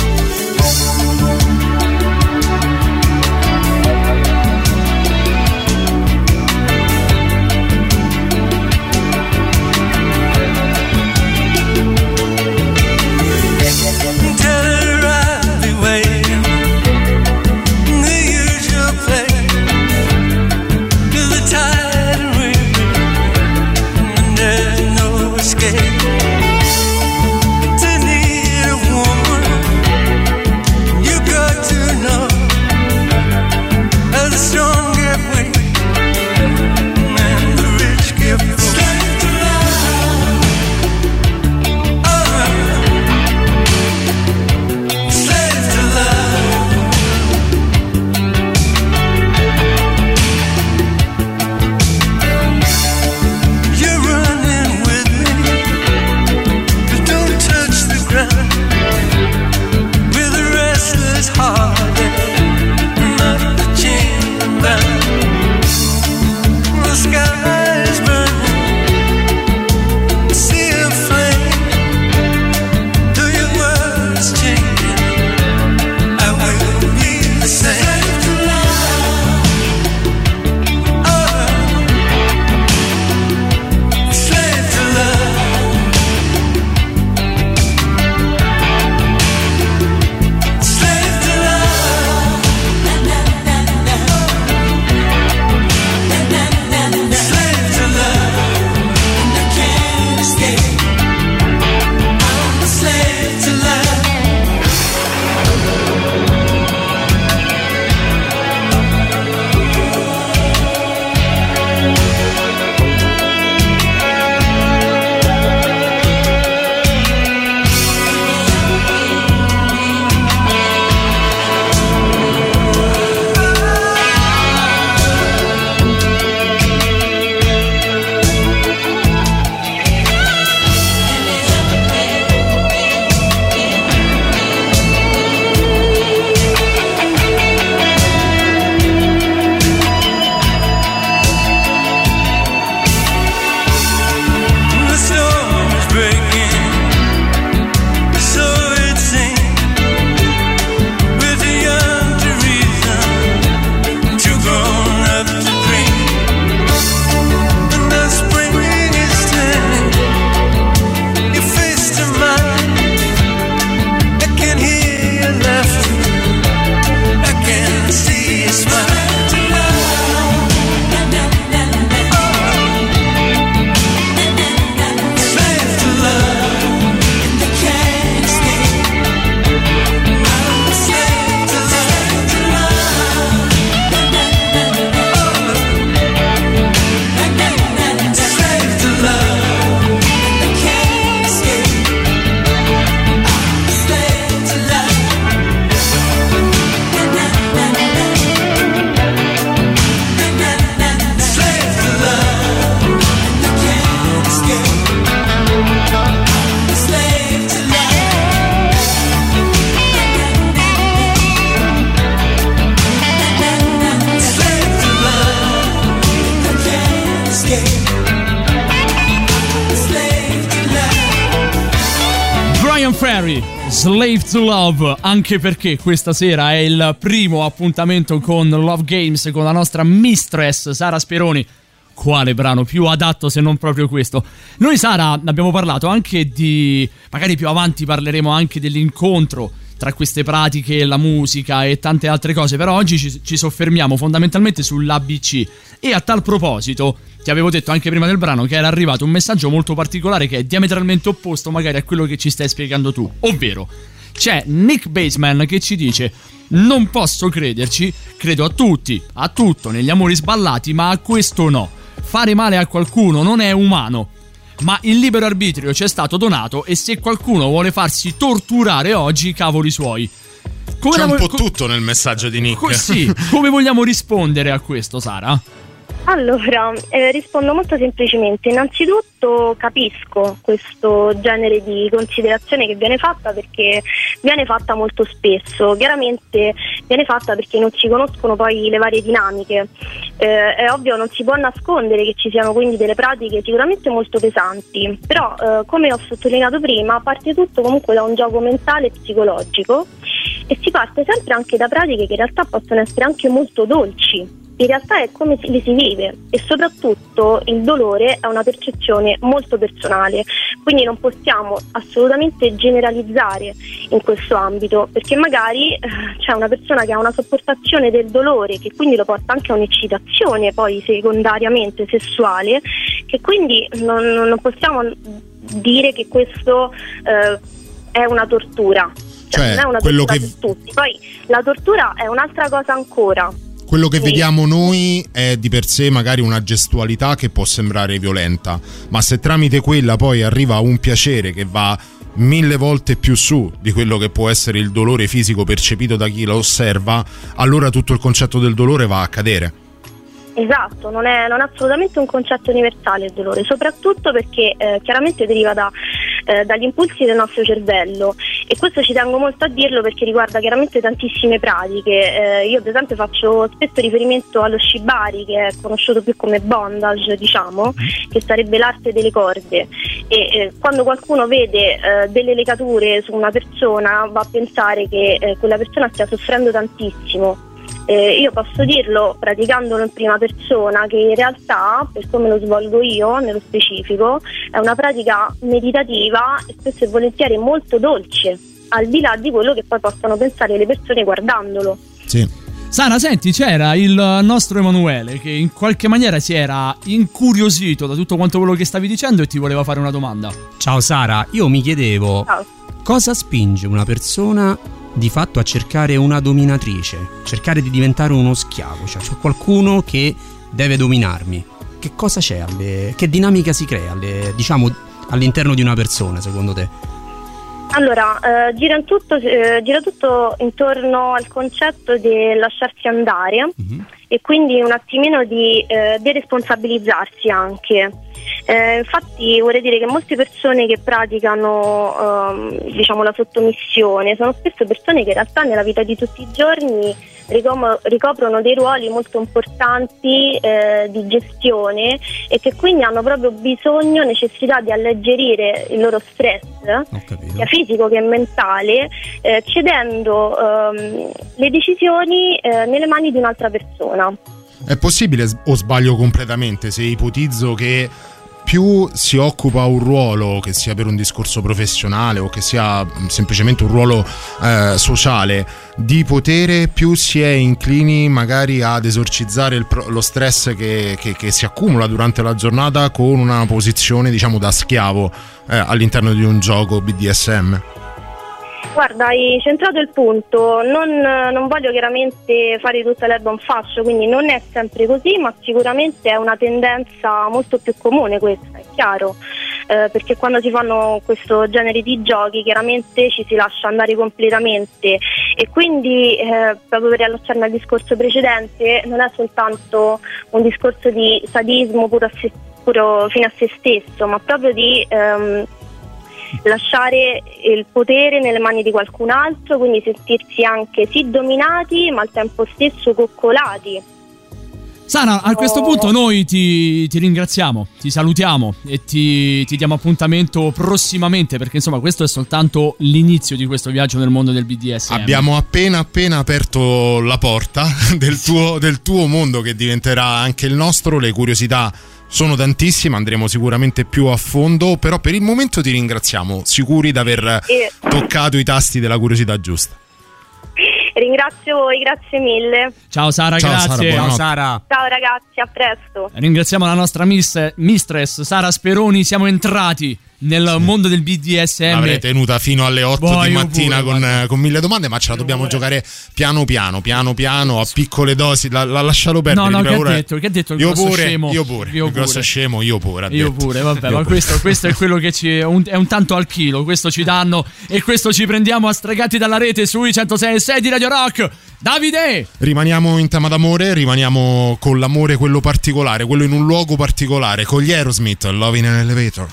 Ferry, Slave to Love, anche perché questa sera è il primo appuntamento con Love Games con la nostra mistress Sara Speroni. Quale brano più adatto se non proprio questo? Noi, Sara, abbiamo parlato anche di, magari più avanti parleremo anche dell'incontro tra queste pratiche, la musica e tante altre cose, però oggi ci, ci soffermiamo fondamentalmente sull'A B C. E a tal proposito ti avevo detto anche prima del brano che era arrivato un messaggio molto particolare che è diametralmente opposto magari a quello che ci stai spiegando tu, ovvero c'è Nick Baseman che ci dice: non posso crederci, credo a tutti, a tutto, negli amori sballati, ma a questo no. Fare male a qualcuno non è umano, ma il libero arbitrio ci è stato donato e se qualcuno vuole farsi torturare oggi, cavoli suoi. Come C'è un vo- po' co- tutto nel messaggio di Nick. co- sì, come vogliamo rispondere a questo, Sara? Allora, eh, rispondo molto semplicemente. Innanzitutto capisco questo genere di considerazione che viene fatta, perché viene fatta molto spesso. Chiaramente viene fatta perché non si conoscono poi le varie dinamiche. Eh, è ovvio, non si può nascondere che ci siano quindi delle pratiche sicuramente molto pesanti, però eh, come ho sottolineato prima, parte tutto comunque da un gioco mentale e psicologico, e si parte sempre anche da pratiche che in realtà possono essere anche molto dolci. In realtà è come li si vive, e soprattutto il dolore è una percezione molto personale, quindi non possiamo assolutamente generalizzare in questo ambito, perché magari eh, c'è una persona che ha una sopportazione del dolore, che quindi lo porta anche a un'eccitazione poi secondariamente sessuale, che quindi non, non possiamo dire che questo eh, è una tortura, cioè, cioè non è una quello tortura che... per tutti. Poi la tortura è un'altra cosa ancora. Quello che Sì. vediamo noi è di per sé magari una gestualità che può sembrare violenta, ma se tramite quella poi arriva un piacere che va mille volte più su di quello che può essere il dolore fisico percepito da chi lo osserva, allora tutto il concetto del dolore va a cadere. Esatto, non è, non è assolutamente un concetto universale il dolore, soprattutto perché eh, chiaramente deriva da, eh, dagli impulsi del nostro cervello, e questo ci tengo molto a dirlo perché riguarda chiaramente tantissime pratiche. Eh, io ad esempio faccio spesso riferimento allo shibari, che è conosciuto più come bondage, diciamo, che sarebbe l'arte delle corde, e eh, quando qualcuno vede eh, delle legature su una persona va a pensare che eh, quella persona stia soffrendo tantissimo. Eh, io posso dirlo praticandolo in prima persona che in realtà, per come lo svolgo io nello specifico, è una pratica meditativa e spesso e volentieri molto dolce, al di là di quello che poi possano pensare le persone guardandolo. Sì. Sara, senti, c'era il nostro Emanuele che in qualche maniera si era incuriosito da tutto quanto quello che stavi dicendo e ti voleva fare una domanda. Ciao Sara, io mi chiedevo Ciao. cosa spinge una persona di fatto a cercare una dominatrice, cercare di diventare uno schiavo, cioè c'è qualcuno che deve dominarmi. Che cosa c'è alle, che dinamica si crea alle, diciamo all'interno di una persona, secondo te? Allora, eh, gira, in tutto, eh, gira tutto intorno al concetto del lasciarsi andare, mm-hmm. e quindi un attimino di eh, deresponsabilizzarsi anche. Eh, infatti vorrei dire che molte persone che praticano ehm, diciamo la sottomissione sono spesso persone che in realtà nella vita di tutti i giorni ricom- ricoprono dei ruoli molto importanti eh, di gestione, e che quindi hanno proprio bisogno, necessità di alleggerire il loro stress, sia fisico che mentale, eh, cedendo ehm, le decisioni eh, nelle mani di un'altra persona. È possibile, o sbaglio completamente, se ipotizzo che più si occupa un ruolo, che sia per un discorso professionale o che sia semplicemente un ruolo eh, sociale di potere, più si è inclini magari ad esorcizzare il pro- lo stress che, che, che si accumula durante la giornata con una posizione, diciamo, da schiavo eh, all'interno di un gioco B D S M. Guarda, hai centrato il punto. Non, non voglio chiaramente fare tutta l'erba un fascio, quindi non è sempre così, ma sicuramente è una tendenza molto più comune questa, è chiaro, eh, perché quando si fanno questo genere di giochi chiaramente ci si lascia andare completamente, e quindi eh, proprio per riallacciarmi al discorso precedente, non è soltanto un discorso di sadismo puro, a se, puro fino a se stesso, ma proprio di ehm, lasciare il potere nelle mani di qualcun altro, quindi sentirsi anche sì dominati ma al tempo stesso coccolati. Sara, a questo punto noi ti, ti ringraziamo, ti salutiamo e ti, ti diamo appuntamento prossimamente, perché insomma questo è soltanto l'inizio di questo viaggio nel mondo del B D S M. Abbiamo appena appena aperto la porta del tuo, del tuo mondo, che diventerà anche il nostro. Le curiosità sono tantissime, andremo sicuramente più a fondo, però per il momento ti ringraziamo, sicuri di aver e... toccato i tasti della curiosità giusta. Ringrazio voi, grazie mille. Ciao Sara, Ciao, grazie. Sara, Ciao Sara. Ciao ragazzi, a presto. Ringraziamo la nostra miss, mistress Sara Speroni, siamo entrati nel mondo del B D S M. L'avrei tenuta fino alle otto Boh, di io mattina pure, con, con mille domande, ma ce la dobbiamo giocare piano piano, piano piano, a piccole dosi. La, la lascialo perdere. No, no, che ha ora- detto? Che ha detto il io grosso pure, scemo? Io pure, Io il grosso pure. scemo, io pure. ha Io detto. pure, vabbè, Io ma pure. questo, questo è quello che ci è un, è un tanto al chilo. Questo ci danno e questo ci prendiamo a Stregati dalla rete sui centosei e sei di Radio Rock. Davide! Rimaniamo in tema d'amore, rimaniamo con l'amore quello particolare, quello in un luogo particolare, con gli Aerosmith, Love in an Elevator.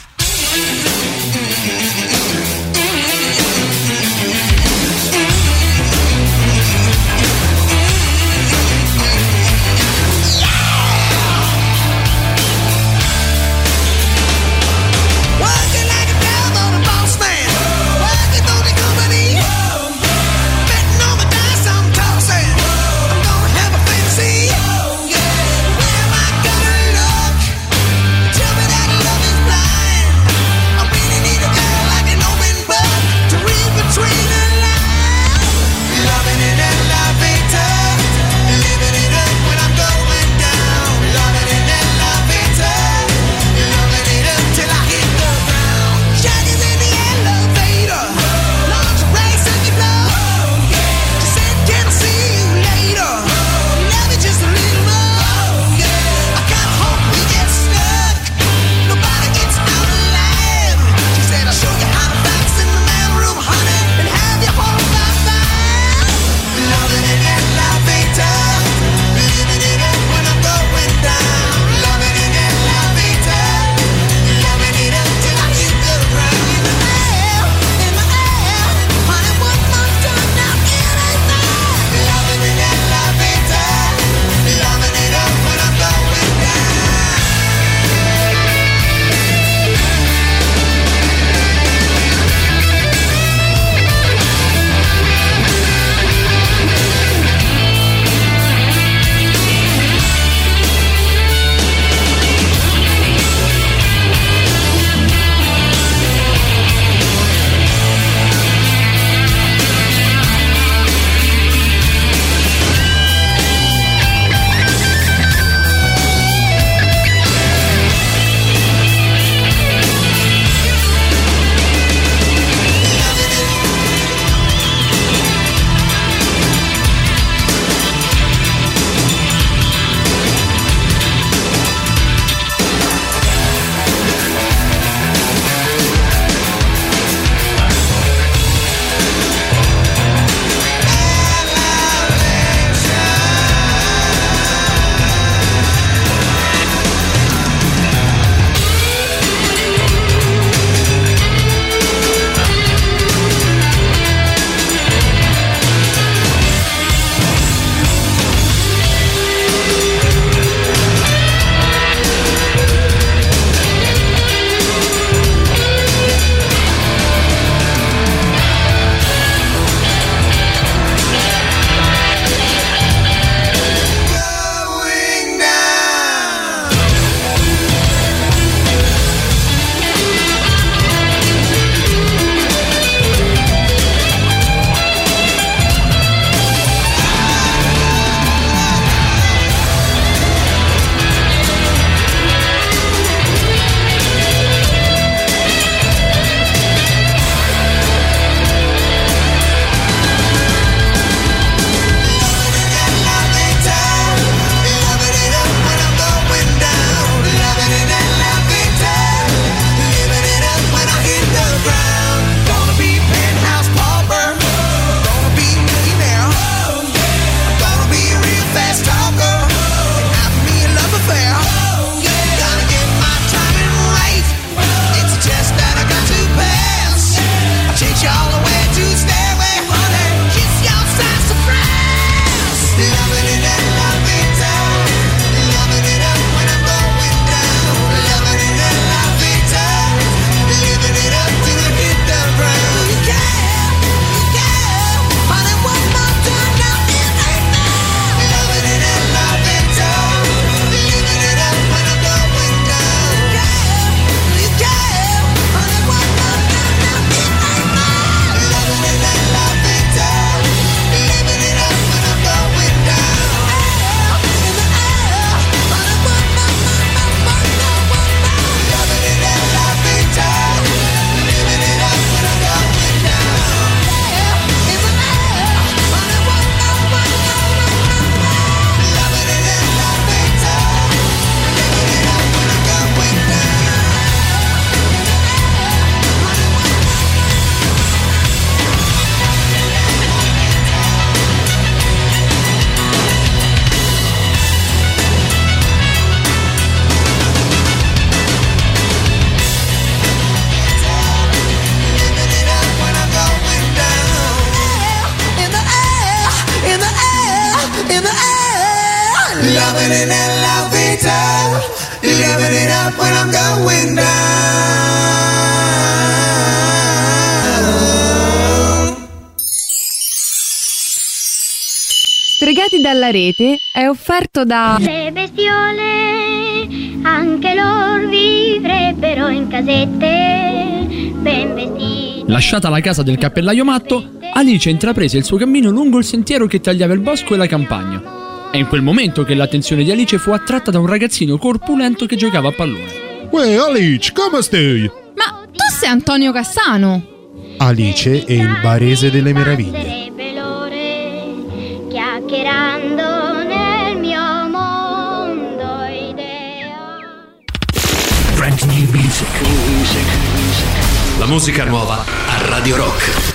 Working like a devil, a boss man. Working for the company. Betting on the dice I'm tossing. I'm gonna have a fantasy. Where am I gonna look? Tell me that love is blind. winning nella vita. You're giving it up when I'm going down. Stregati dalla rete è offerto da Le bestiole anche loro vivrebbero in casette ben vestite. Lasciata la casa del cappellaio matto, Alice intraprese il suo cammino lungo il sentiero che tagliava il bosco e la campagna. È in quel momento che l'attenzione di Alice fu attratta da un ragazzino corpulento che giocava a pallone. Uè Alice, come stai? Ma tu sei Antonio Cassano? Alice è il barese delle meraviglie. Chiacchierando nel mio mondo idea. Brand new music. music. La musica nuova a Radio Rock.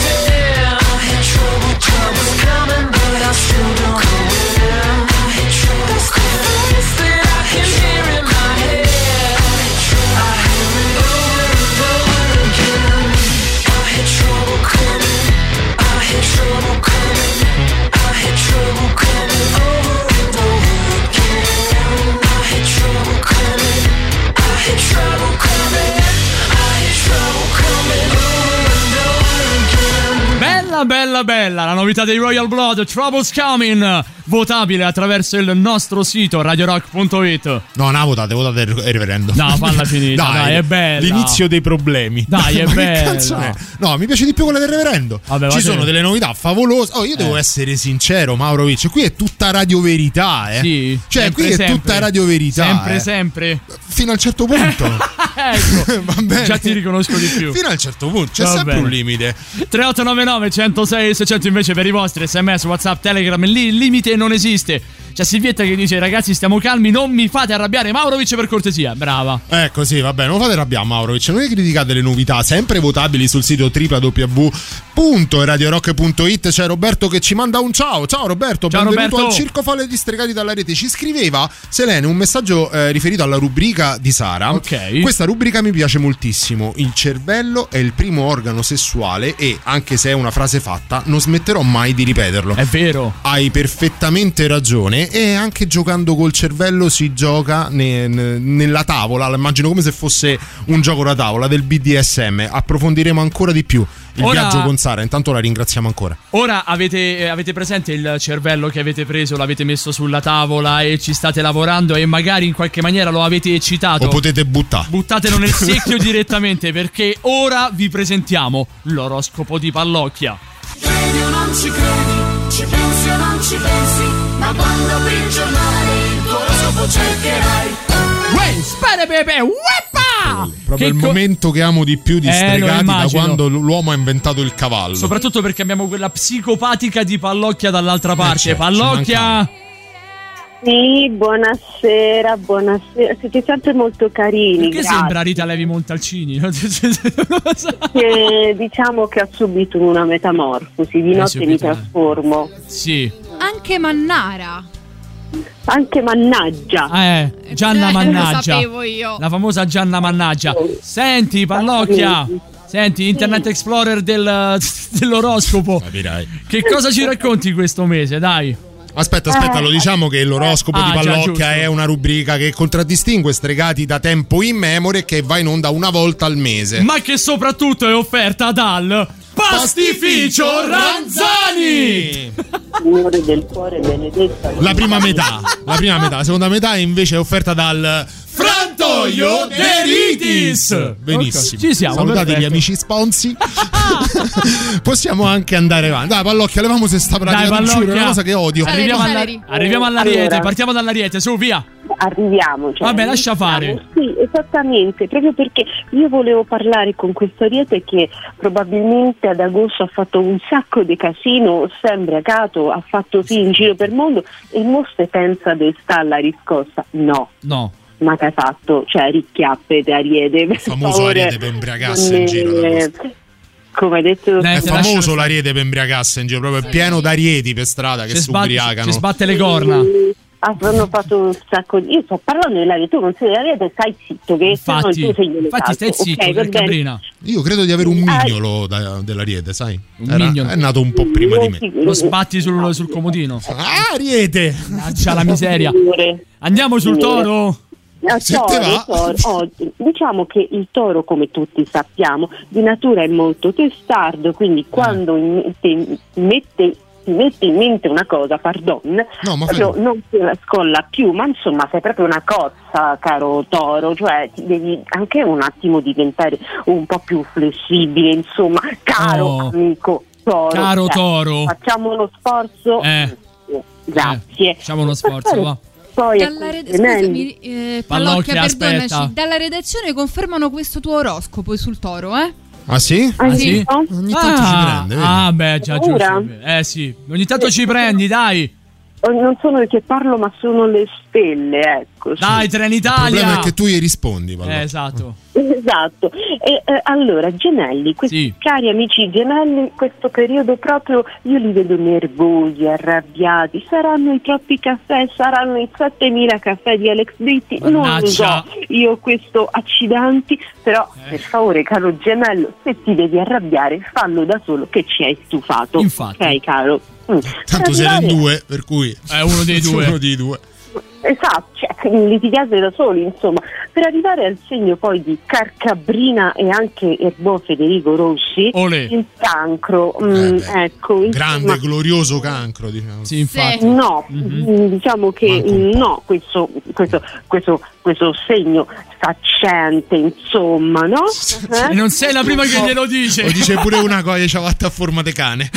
Trouble coming, but I still don't know when. bella, bella, bella. La novità dei Royal Blood, Trouble's Coming. Votabile attraverso il nostro sito radio rock punto it. No, no, votate, votate il referendum. No, falla finita, dai, dai, è bella. L'inizio dei problemi. Dai, è Ma che bella. cazzo è? No, mi piace di più quella del referendum. Vabbè, Ci va sono bene. delle novità favolose. Oh, io devo Eh. essere sincero, Maurovic. Qui è tutta radio verità, eh. Sì, Cioè, sempre, qui è sempre. tutta radio verità. Sempre, eh. sempre. Fino a un certo punto. Ecco, Va bene. già ti riconosco di più. Fino a un certo punto. C'è Va sempre bene. un limite. tre otto nove nove uno zero sei sei zero zero invece per i vostri sms, WhatsApp, Telegram. Lì il limite non esiste. C'è Silvietta che dice: ragazzi, stiamo calmi, non mi fate arrabbiare. Maurovic, per cortesia. Brava. Ecco, sì, vabbè, non fate arrabbiare Maurovic. Noi criticate le novità, sempre votabili sul sito w w w punto radio rock punto it. C'è Roberto che ci manda un ciao. Ciao Roberto, Ciao, benvenuto Roberto. al Circo Folle Distregati dalla Rete. Ci scriveva Selene un messaggio eh, riferito alla rubrica di Sara. Ok. Questa rubrica mi piace moltissimo. Il cervello è il primo organo sessuale e, anche se è una frase fatta, non smetterò mai di ripeterlo. È vero. Hai perfettamente ragione. E anche giocando col cervello si gioca ne- ne- nella tavola. La immagino come se fosse un gioco da tavola del B D S M. Approfondiremo ancora di più il Ora- viaggio con Sara. Intanto la ringraziamo ancora. Ora avete, eh, avete presente il cervello che avete preso, l'avete messo sulla tavola e ci state lavorando e magari in qualche maniera lo avete eccitato. O potete buttare. Buttatelo nel secchio direttamente, perché ora vi presentiamo l'oroscopo di Pallocchia. Credi o non ci credi, ci pensi o non ci pensi, ma quando apri il giornale il tuo oroscopo cercherai. Uè, spere pepe, ueppa! Proprio Che il co- momento che amo di più di Eh, lo Stregati da immagino. quando l'uomo ha inventato il cavallo. Soprattutto perché abbiamo quella psicopatica di Pallocchia dall'altra parte. certo, ci Pallocchia! Sì, buonasera, buonasera. Siete sempre molto carini. Perché grazie. sembra Rita Levi Montalcini? Non lo so. Che diciamo che ho subito una metamorfosi, di Hai notte mi subito una- trasformo. Sì. Anche Mannara. Anche mannaggia. Eh, Gianna Eh, Mannaggia. lo sapevo io. La famosa Gianna Mannaggia. Senti, Pallocchia. Senti, Internet Explorer del, dell'oroscopo. Capirai. Che cosa ci racconti questo mese, dai? Aspetta, aspetta, lo diciamo che l'oroscopo Ah, di già, giusto. Pallocchia è una rubrica che contraddistingue Stregati da tempo immemore e che va in onda una volta al mese. Ma che soprattutto è offerta dal Pastificio Ranzani! Signore del cuore benedetta. La prima metà, la prima metà, la seconda metà invece è offerta dal Frantoio Deritis! Benissimo. Ci siamo, Salutati perfetto. gli amici sponsi. Possiamo anche andare avanti. Dai, Pallocchia, levamo se sta pratica. Dai, non giuro, è Pallocchia. una cosa che odio. Arriviamo, alla, Saleri. arriviamo all'Ariete, Allora. partiamo dall'Ariete, su, via! Arriviamo. Cioè, Vabbè, lascia fare. Sì, esattamente, proprio perché io volevo parlare con questo ariete che probabilmente ad agosto ha fatto un sacco di casino, si è imbriacato, ha fatto sì in giro per il mondo e mostre pensa dove sta la riscossa. No. No. Ma che hai fatto? Cioè, ricchiappete ariete. Per famoso favore, ariete per imbriacarsi non in giro ad ne- agosto. Come hai detto, Dai, È te lascio- famoso l'ariete per imbriacarsi in giro, proprio è pieno d'arieti per strada che Ci si sbatte, ubriacano. ci sbatte le corna. Ah, hanno fatto un sacco di... Io sto parlando dell'ariete, tu non sei dell'ariete, stai zitto, che se no Infatti, tu sei glielo infatti stai salto. zitto, Ok, va che bene. cabrina. Io credo di avere un Ah, mignolo da- dell'ariete, sai? Un Era- mignolo. È nato un po' prima di me. Lo sbatti sul, sul comodino. Ah, ariete! Mannaggia la miseria. Signore. Andiamo sul toro? Ah, Se te toro, va. toro. Oh, diciamo che il toro, come tutti sappiamo, di natura è molto testardo, quindi quando in- te- mette, ti mette in mente una cosa, pardon, No, ma proprio fai- non te la scolla più, ma insomma sei proprio una cozza, caro toro, cioè ti devi anche un attimo diventare un po' più flessibile, insomma, caro Oh. amico toro. Caro Cioè, toro. Facciamo lo sforzo. Eh. Grazie. Eh, facciamo uno sforzo, va. Poi Dalla ecco, red- Scusami, eh, Pallocchia, Pallocchia, aspetta. perdonaci. Dalla redazione confermano questo tuo oroscopo sul toro, eh? Ah sì? Hai Ah, sì? visto? Ogni tanto ci Ah, prende, vedi? ah, beh, già Paura? giusto. Eh sì, ogni tanto ci prendi, dai. Oh, non sono io che parlo, ma sono le stelle, ecco. sì. Dai, Il problema Trenitalia. è che tu gli rispondi, Pallocchia. Eh, esatto. Esatto. E, eh, allora, gemelli, questi Sì. cari amici gemelli, questo periodo proprio io li vedo nervosi, arrabbiati. Saranno i troppi caffè, saranno i settemila caffè di Alex Britti, non lo Mannaggia. so. Io ho questo accidanti, però Eh. per favore, caro gemello, se ti devi arrabbiare, fallo da solo che ci hai stufato. Infatti. Ok, caro? Mm. Tanto Per siete in arrivare- due, per cui È uno dei due. uno dei due. Esatto, cioè, litigate da soli, insomma. per arrivare al segno poi di Carcabrina e anche Erbo Federico Rossi, Olè. il cancro, mm, Eh, ecco, Grande, insomma, glorioso cancro, diciamo. Sì, infatti. no, Mhm. diciamo che Manco un po'. no, questo, questo, questo, questo segno saccente, insomma, no? E non sei la prima che glielo dice. Lo dice pure una cosa che ci ha fatto a forma di cane.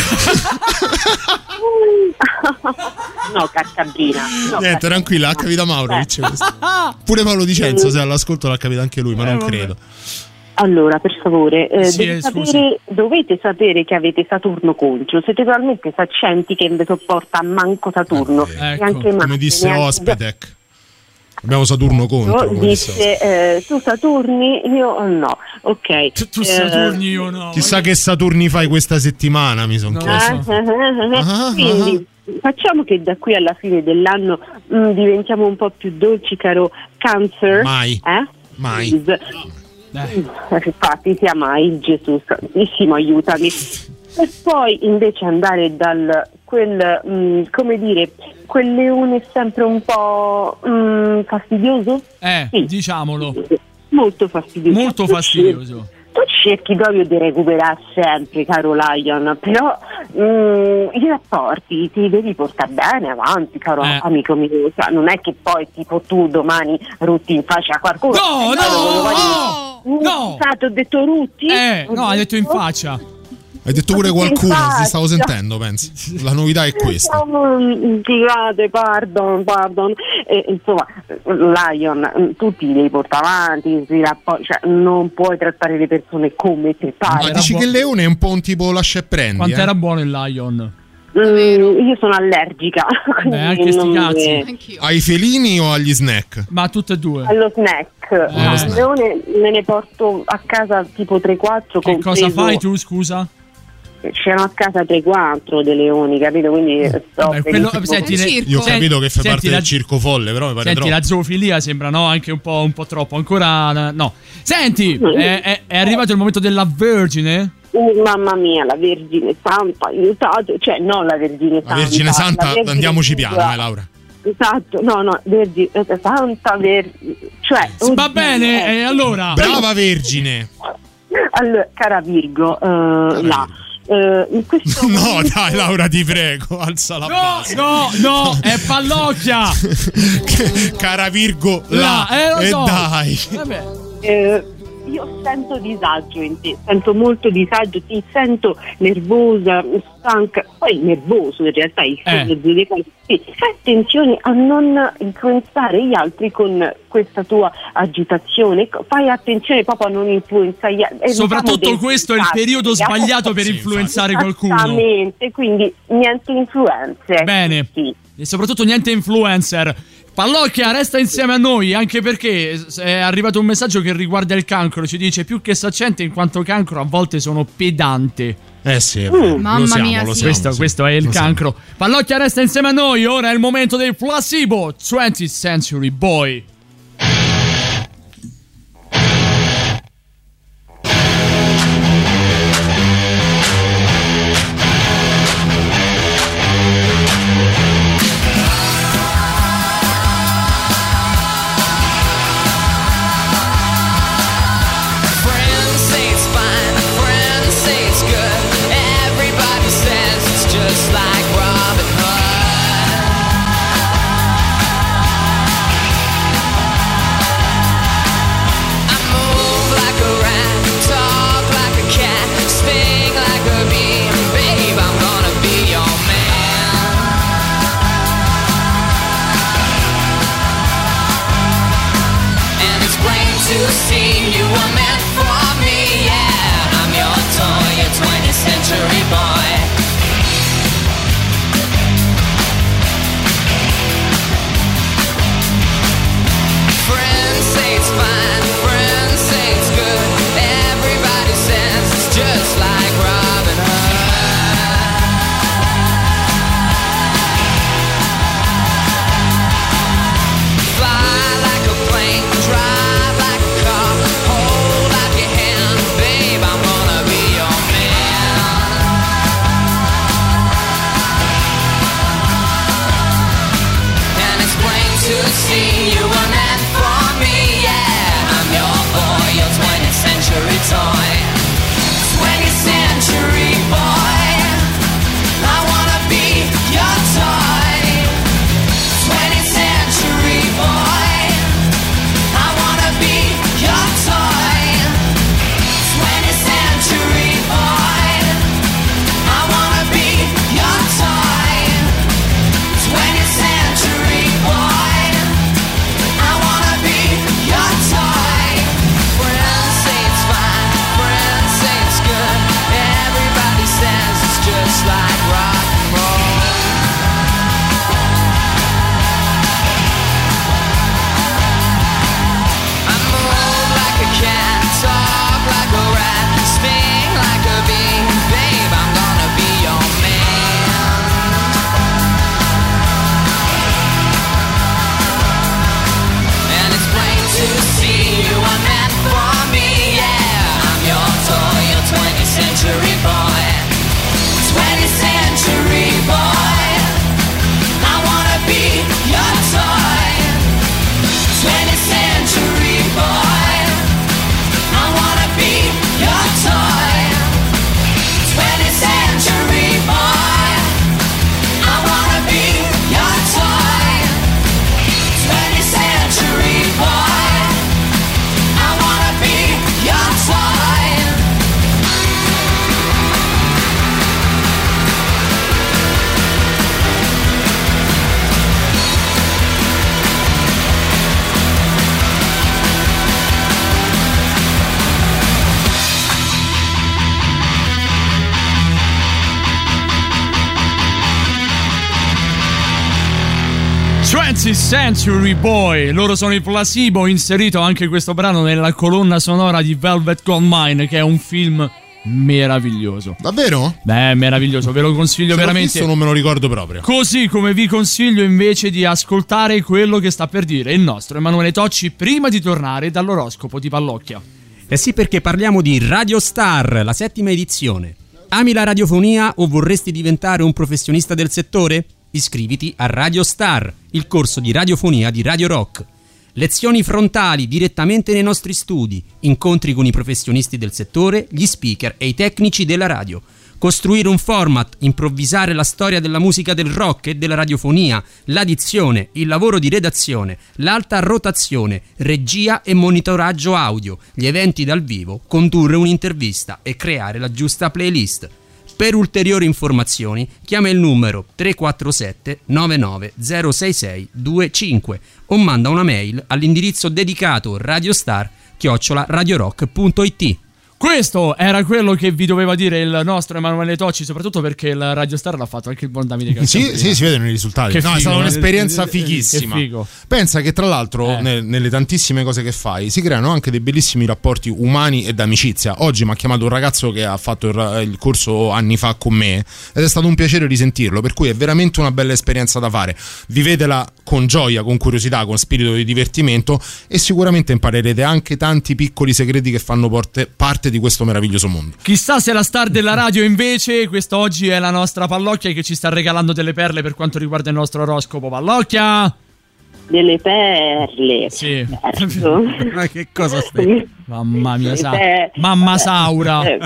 No, Carcabrina. No, Niente, tranquilla, l'ha capita Mauro. Eh. dice questo. Pure Paolo Dicenzo, se all'ascolto l'ha capito anche lui, ma Eh, non vabbè. credo. Allora, per favore, eh, Sì, devi eh, sapere- dovete sapere che avete Saturno contro. Siete talmente saccenti che non vi sopporta manco Saturno. Eh, Neanche ecco, Marte, Come disse neanche Ospedec. Abbiamo Saturno contro. come disse Ospedec. Dice eh, tu Saturni, io no. Ok. Tu, tu Eh, Saturni, io no. Chissà che Saturni fai questa settimana, mi sono No. chiesto. eh, eh, eh, Ah, Quindi facciamo che da qui alla fine dell'anno mm, diventiamo un po' più dolci, caro Cancer. Mai. Eh? Mai. Please. Eh. Infatti sia mai, Gesù Santissimo, aiutami. Per poi invece andare dal quel, mh, come dire, quel leone sempre un po' mh, fastidioso? Eh, Sì. diciamolo. Molto fastidioso. Molto Tu fastidioso. Tu cerchi proprio di recuperare sempre, caro Lion, però mh, i rapporti ti devi portare bene avanti, caro Eh. amico mio. Cioè, non è che poi tipo tu domani rutti in faccia a qualcuno. No, Eh, no, lo voglio- no, no. Stato, ho detto rutti? Eh, no, ha detto in faccia. Hai detto pure qualcuno, Infatti. ti stavo sentendo, pensi. La novità è questa. Mm, Scusate, pardon, pardon. Eh, insomma, Lion, tu ti devi portare avanti, si rappo- cioè, non puoi trattare le persone come ti Ma pare. dici buo- che il leone è un po' un tipo lascia e prendi. Quanto eh? era buono il Lion. Mm, io sono allergica. Beh, anche sti non cazzi. mi- Anch'io. Ai felini o agli snack? Ma tutte e due. Allo snack. Eh. No, il leone me ne porto a casa tipo tre quattro. Che cosa fai tu, scusa? C'erano a casa tre quattro dei leoni, capito? Quindi sto Vabbè, quello- benissimo. senti, Un ne- circo. Io ho Senti- capito che fa senti parte la- del circo folle, però mi pare Senti, troppo. la zoofilia sembra no, anche un po', un po' troppo. Ancora no. Senti, Mm. è, è- è arrivato il momento della Vergine. Uh, mamma mia, la Vergine Santa, aiutate, cioè non la Vergine La Santa. Vergine Santa, la Vergine andiamoci piano, Santa. eh, Laura. Esatto, no, no, Vergine Santa, Ver... cioè... Va oddio, bene, eh. e allora? Brava Vergine. Allora, cara Virgo, eh, là, eh, in questo No, momento- dai, Laura, ti prego, alza la No, base. no, no, è Pallocchia. Cara Virgo, Là, là, eh, lo e so. dai. Vabbè. Eh, io sento disagio in te, sento molto disagio, ti sento nervosa, stanca, poi nervoso in realtà il Eh. segno zodiacale. Sì, fai attenzione a non influenzare gli altri con questa tua agitazione, fai attenzione proprio a non influenzare gli altri. Soprattutto questo è il periodo sbagliato per Sì, influenzare qualcuno. Esattamente, quindi niente influenze. Bene. Sì. E soprattutto niente influencer. Pallocchia, resta insieme a noi, anche perché è arrivato un messaggio che riguarda il cancro. Ci dice più che saccente, in quanto cancro a volte sono pedante. Eh sì, è vero. Mamma lo siamo, mia, lo sì. siamo, Questo, sì. questo è il Lo siamo. cancro. Pallocchia, resta insieme a noi. Ora è il momento dei placebo twentieth Century Boy. Friends say it's fine, friends say it's good. Everybody says it's just like Robin Hood. I move like a rat, talk like a cat, sting like a bee. Babe, I'm gonna be your man. And it's plain to see you were meant for me, yeah. I'm your toy, your twentieth century boy. Friends say it's fine, friends say it's good. Everybody says it's just like Robin Hood. Fly like a plane, drive like a car, hold out your hand, babe, I'm gonna be your man. And it's plain to see you were meant for me, yeah. twentieth Century Boy, loro sono i Placebo, inserito anche questo brano nella colonna sonora di Velvet Goldmine, che è un film meraviglioso. Davvero? Beh, meraviglioso, ve lo consiglio Se veramente. Visto, non me lo ricordo proprio. Così come vi consiglio invece di ascoltare quello che sta per dire il nostro Emanuele Tocci prima di tornare dall'oroscopo di Pallocchia. Eh sì, perché parliamo di Radio Star, la settima edizione. Ami la radiofonia o vorresti diventare un professionista del settore? Iscriviti a Radio Star, il corso di radiofonia di Radio Rock. Lezioni frontali direttamente nei nostri studi, incontri con i professionisti del settore, gli speaker e i tecnici della radio. Costruire un format, improvvisare la storia della musica del rock e della radiofonia, l'addizione, il lavoro di redazione, l'alta rotazione, regia e monitoraggio audio, gli eventi dal vivo, condurre un'intervista e creare la giusta playlist. Per ulteriori informazioni chiama il numero tre quattro sette nove nove zero sei sei due cinque o manda una mail all'indirizzo dedicato radiostar chiocciola radiorock punto it. Questo era quello che vi doveva dire il nostro Emanuele Tocci, soprattutto perché il Radio Star l'ha fatto anche il buon Davide Calcabrina. Sì, sì, si vedono i risultati. Che no, figo, è stata eh. un'esperienza Che fighissima. figo. Pensa che tra l'altro Eh. ne- nelle tantissime cose che fai si creano anche dei bellissimi rapporti umani e d'amicizia. Oggi mi ha chiamato un ragazzo che ha fatto il, ra- il corso anni fa con me ed è stato un piacere risentirlo, per cui è veramente una bella esperienza da fare. Vivetela con gioia, con curiosità, con spirito di divertimento e sicuramente imparerete anche tanti piccoli segreti che fanno porte- parte di questo meraviglioso mondo. Chissà se la star della radio invece, quest'oggi è la nostra Pallocchia che ci sta regalando delle perle per quanto riguarda il nostro oroscopo. Pallocchia! Delle perle. Sì. Certo. Ma che cosa stai? Mamma mia, sa- Eh, mamma Saura. Eh,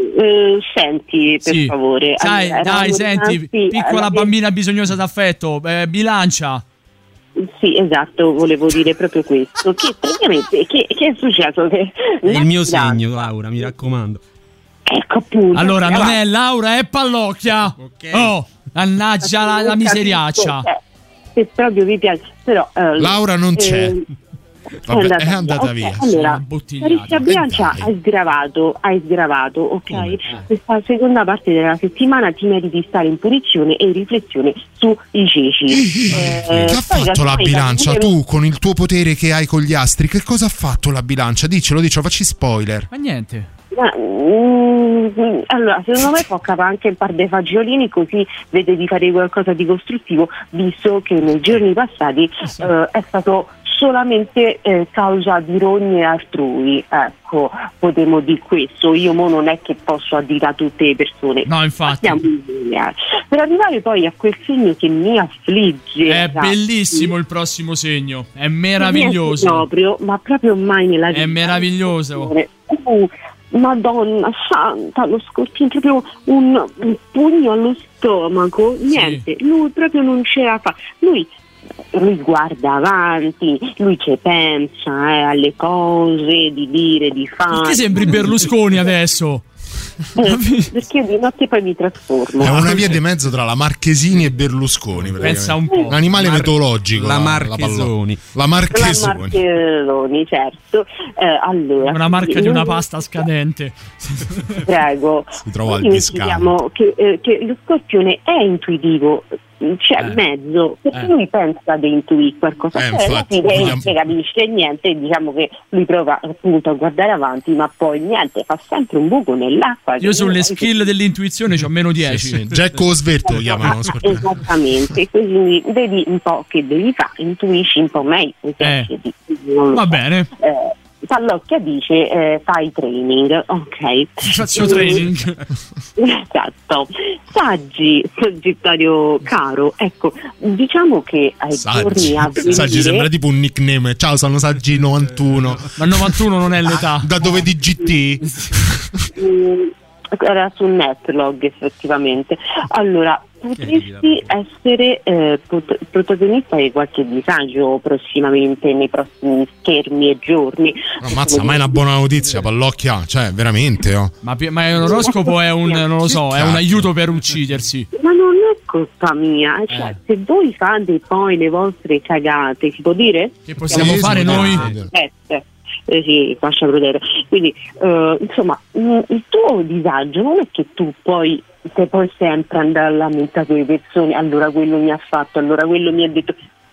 eh, senti, per Sì. favore. Sai, Allora, dai, eravamo senti, rimasti piccola alla- bambina bisognosa d'affetto, eh, bilancia. Sì, esatto, volevo dire proprio questo. Che praticamente, che, che è successo? Che È il mio la- segno, Laura, mi raccomando. Ecco appunto. Allora, non avanti. è Laura, è Pallocchia. Oh, mannaggia la, la miseriaccia. Eh, se proprio vi piace, però eh, Laura non c'è. eh, Vabbè, è andata Ok, via. Allora, bottigliata. Marissa Biancia Eh, dai. hai sgravato, hai sgravato, ok? Come? Questa seconda parte della settimana ti meriti di stare in punizione e in riflessione sui ceci. Eh, Che ha poi fatto la poi bilancia? capire- Tu con il tuo potere che hai con gli astri, che cosa ha fatto la bilancia? Diccelo, diccelo, facci spoiler. Ma niente. Ma, mm, allora, secondo me può capire anche un par dei fagiolini, così vede di fare qualcosa di costruttivo, visto che nei giorni passati eh, è stato solamente eh, causa di rogne altrui. Ecco, potremmo dire questo. Io mo non è che posso additare tutte le persone. No, infatti. Partiamo in linea. Per arrivare poi a quel segno che mi affligge. È ragazzi. bellissimo il prossimo segno. È Niente meraviglioso. proprio, ma proprio mai nella vita. È meraviglioso. Uh, Madonna santa, lo scorpione, proprio un, un pugno allo stomaco. Niente, lui proprio non ce la fa. Lui, lui guarda avanti, lui ci pensa eh, alle cose, di dire, di fare. Perché sembri Berlusconi adesso? Eh, perché io di notte poi mi trasformo. È una via di mezzo tra la Marchesini e Berlusconi. Pensa un po'. Un animale Mar- mitologico. la la Marchesoni. pallo- La La Marchesoni. Marcheroni, certo. Eh, allora, Una marca di noi- una pasta scadente. Prego. Si trova al Noi discount. diciamo che, eh, che lo scorpione è intuitivo, c'è Eh. mezzo, perché Eh. lui pensa di intuire qualcosa, Eh, poi alla infatti, fine vogliamo- non si capisce niente, diciamo che lui prova appunto a guardare avanti, ma poi niente, fa sempre un buco nell'acqua. Io sulle skill dell'intuizione c'ho meno Sì, dieci. sì. Jack o Sverto lo chiamano. Ah, scorpione. esattamente, quindi vedi un po' che devi fare, intuisci un po' meglio, eserciti, non lo Va so. bene. Eh, Pallocchia dice eh, fai training, ok. Faccio training. Esatto. Saggi, Sagittario caro, ecco, diciamo che ai giorni a Saggi. venire Saggi sembra tipo un nickname. Ciao, sono Saggi novantuno. Ma novantuno non è l'età. Da dove di G T? mm, era su Netlog effettivamente. Allora, potresti essere eh, pot- protagonista di qualche disagio prossimamente nei prossimi schermi e giorni. Ammazza, ma è una buona notizia, Pallocchia. Cioè, veramente, oh. Ma, pi- ma un oroscopo è un, non lo so, è un aiuto per uccidersi. Ma non è colpa mia, cioè, Eh. se voi fate poi le vostre cagate, si può dire? Che possiamo Sì, fare sì, noi? sì. Eh, eh, eh, sì, fascia prudere. Quindi, eh, insomma, mh, il tuo disagio non è che tu poi se poi sempre andare a lamentare con le persone, allora quello mi ha fatto, allora quello mi ha detto.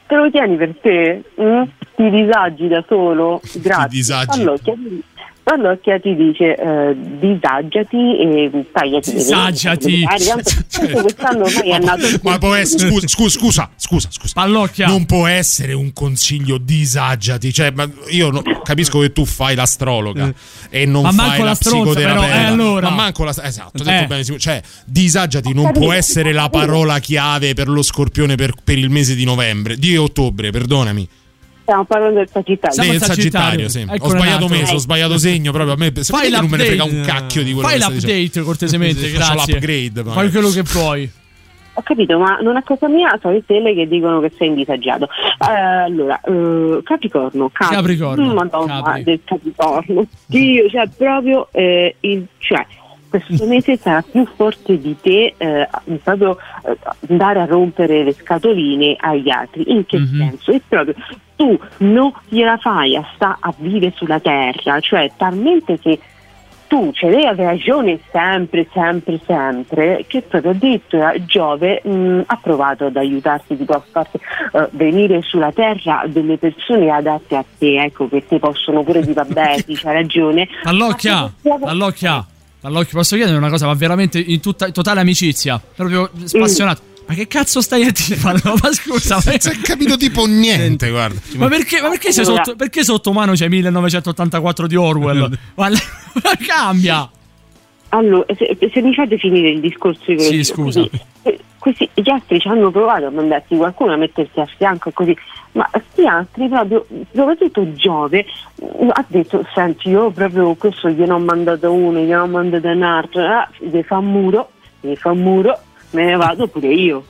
te lo tieni per te? Mm? Ti disagi da solo? Grazie. Ti disagi. Allocchia, Allocchia ti dice eh, disagiati e tagliati. Disagiati. Tanto quest'anno ormai è nato. Ma può essere, scusa, scusa, scusa, scusa, scusa. Pallocchia. Non può essere un consiglio disagiati. Cioè, ma io no, capisco che tu fai l'astrologa e non ma fai manco la, la stronza, psicoterapeuta. però, eh, allora. Ma manco la esatto, ho Eh. detto benissimo. Cioè, disagiati non può essere la parola chiave per lo Scorpione per, per il mese di novembre, di ottobre, perdonami. Stiamo parlando del Sagittario. Sì, il Sagittario, sì. Ho sbagliato mese, ho sbagliato segno proprio. A me Fai non me ne frega l'update. un cacchio di quello Fai che stai l'update dicendo. cortesemente, Sì, faccio grazie. l'upgrade, ma- Fai quello che puoi. Ho capito, ma non è cosa mia, sono le stelle che dicono che sei indisagiato. Eh, allora, eh, Capricorno, Capri, Capricorno, Madonna Capri. del Capricorno. Dio, cioè proprio eh, il cioè questo mese sarà più forte di te, eh, proprio eh, andare a rompere le scatoline agli altri. In che Mhm. senso? È proprio tu non gliela fai a sta a vivere sulla terra, cioè talmente che tu ce l'hai ragione sempre, sempre, sempre, che proprio addirittura Giove mh, ha provato ad aiutarti, tipo a farti uh, venire sulla terra delle persone adatte a te, ecco, che te possono pure dire vabbè, sì, c'ha ragione. Pallocchia, Pallocchia, Pallocchia, posso chiedere una cosa, ma veramente in tutta in totale amicizia, proprio spassionato. Ma che cazzo stai a dire? Ma scusa, ma... non si è capito tipo niente, guarda. Ma perché, ma perché, sei Allora- sotto, perché sotto mano c'è millenovecentottantaquattro di Orwell? Ma, ma cambia! Allora, se, se mi fate finire il discorso di Sì, quello- scusa. quindi, eh, questi, gli altri ci hanno provato a mandarsi qualcuno a mettersi a fianco e così, ma sti altri proprio, soprattutto Giove, mh, ha detto, senti, io proprio questo gliene ho mandato uno, gliene ho mandato un altro, ah, gli fa un muro, gli fa un muro, me ne vado pure io.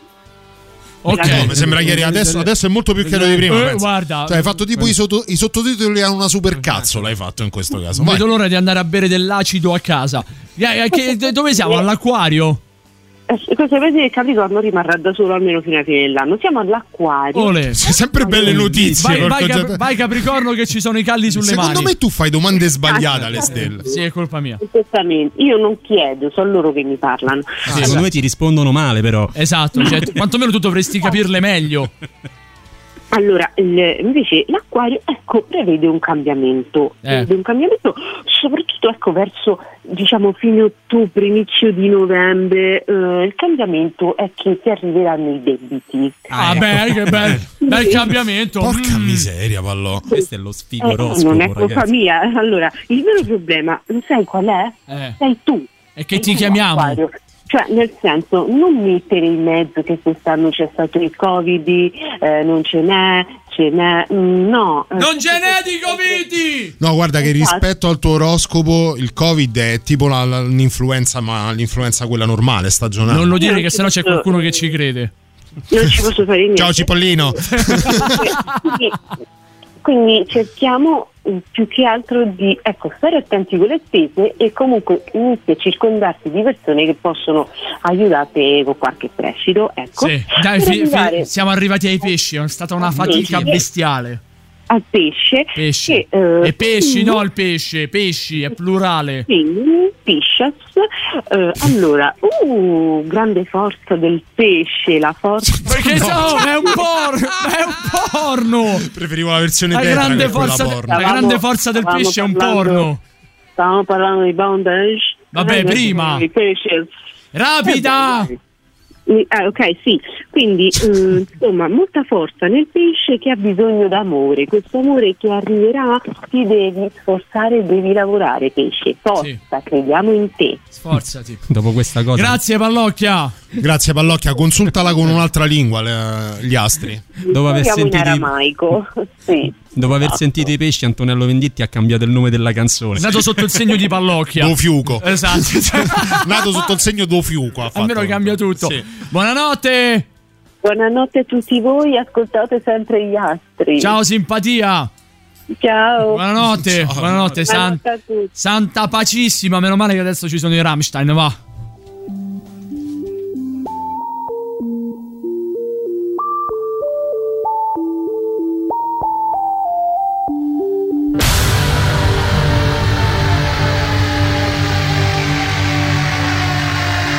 Ok, No, mi sembra chiaro. Adesso, adesso è molto più chiaro di prima. Eh, penso. guarda. Cioè, hai fatto tipo i, sotto- i sottotitoli hanno una super cazzo. L'hai fatto in questo caso. Non Vai. vedo l'ora di andare a bere dell'acido a casa. Eh, eh, che- dove siamo? All'acquario? Eh, questo mese il Capricorno rimarrà da solo almeno fino alla fine dell'anno. Siamo all'acquario. Ole. C'è sempre belle notizie. Vai, vai, porco Cap- Già- vai Capricorno che ci sono i calli sulle Secondo mani. me tu fai domande sbagliate alle stelle. Sì, è colpa mia. Esattamente. Io non chiedo, sono loro che mi parlano. Ah, secondo me ti rispondono male, però. Esatto, cioè, tu- quantomeno tu dovresti capirle meglio. Allora, il- invece l'acquario, ecco, prevede un cambiamento, Eh. prevede un cambiamento soprattutto ecco verso, diciamo, fine ottobre, inizio di novembre, eh, il cambiamento è che ti arriveranno i debiti. Ah, beh, che bel, bel cambiamento. Porca Mm. miseria, Pallò. Questo è lo Eh, sfigo non roscopo, è colpa ragazzi. mia. Allora, il vero problema, sai qual è? Eh. Sei tu. E che Sei ti tu, chiamiamo? Acquario. Cioè, nel senso, non mettere in mezzo che quest'anno c'è stato il Covid, eh, non ce n'è, ce n'è, mm, no. eh, Non ce n'è di Covidi! No, guarda che Esatto. rispetto al tuo oroscopo, il Covid è tipo la- la- l'influenza, ma l'influenza quella normale, stagionale. Non lo dire Non che ci sennò c'è posso- qualcuno che ci crede. Non ci posso fare niente. Ciao Cipollino. quindi, quindi cerchiamo eh, più che altro di ecco, stare attenti con le spese e comunque inizi a circondarsi di persone che possono aiutarti con qualche prestito. Ecco. Sì. Dai, Per fi- fi- arrivare siamo arrivati ai pesci, è stata una fatica Sì. bestiale. al pesce. Pesci. Che, eh, E pesci, sì, no il pesce, pesci, è plurale. Sì, Piscias. Eh, allora, uh, grande forza del pesce, la forza. Perché no, è un porno, è un porno. Preferivo la versione La tetra grande che quella forza, porno. la grande forza del Stavamo pesce è un parlando- porno. Stavamo parlando di bondage. Vabbè, Eh, prima. di pesce. Rapida! Eh, ah, ok, sì, quindi eh, insomma molta forza nel pesce che ha bisogno d'amore, questo amore che arriverà ti devi sforzare, devi lavorare pesce, forza, crediamo in te. Sforzati. Dopo questa cosa. Grazie Pallocchia. Grazie Pallocchia, consultala con un'altra lingua, le- gli astri. Dopo aver Parliamo in sentito i- aramaico, sì. Dopo aver sentito i pesci, Antonello Venditti ha cambiato il nome della canzone. È nato sotto il segno di Pallocchia. Do fiuco. Esatto. Nato sotto il segno do fiuco. Ha fatto. Almeno cambia tutto. Sì. Buonanotte. Buonanotte a tutti voi, ascoltate sempre gli astri. Ciao simpatia. Ciao. Buonanotte. Ciao. Buonanotte. San- Buonanotte a tutti. Santa pacissima. Meno male che adesso ci sono i Rammstein. Va.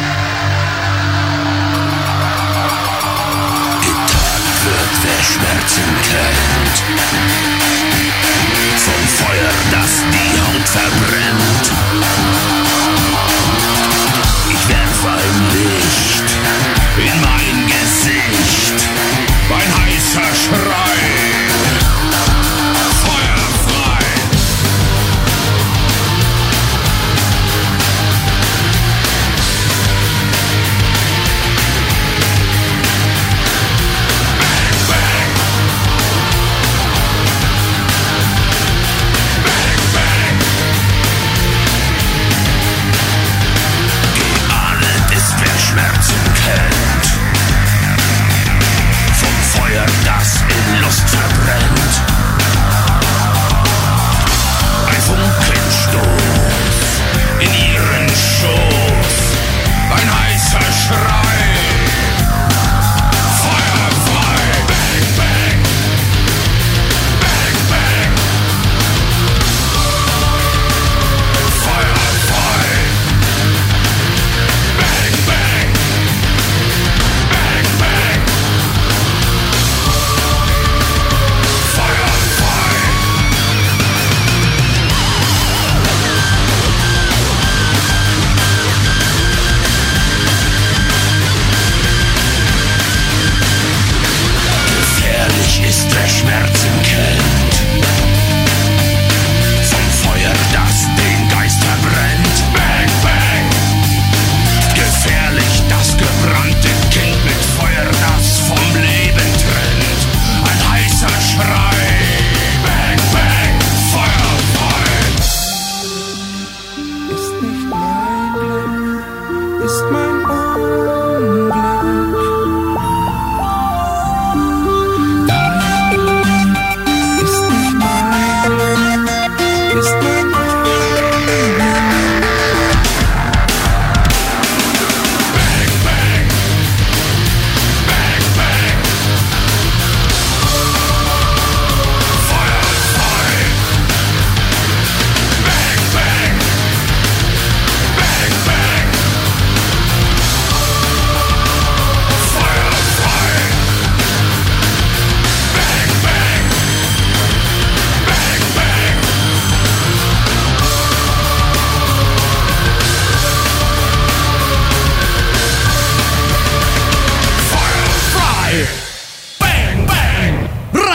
Geteilt wird, wer Schmerz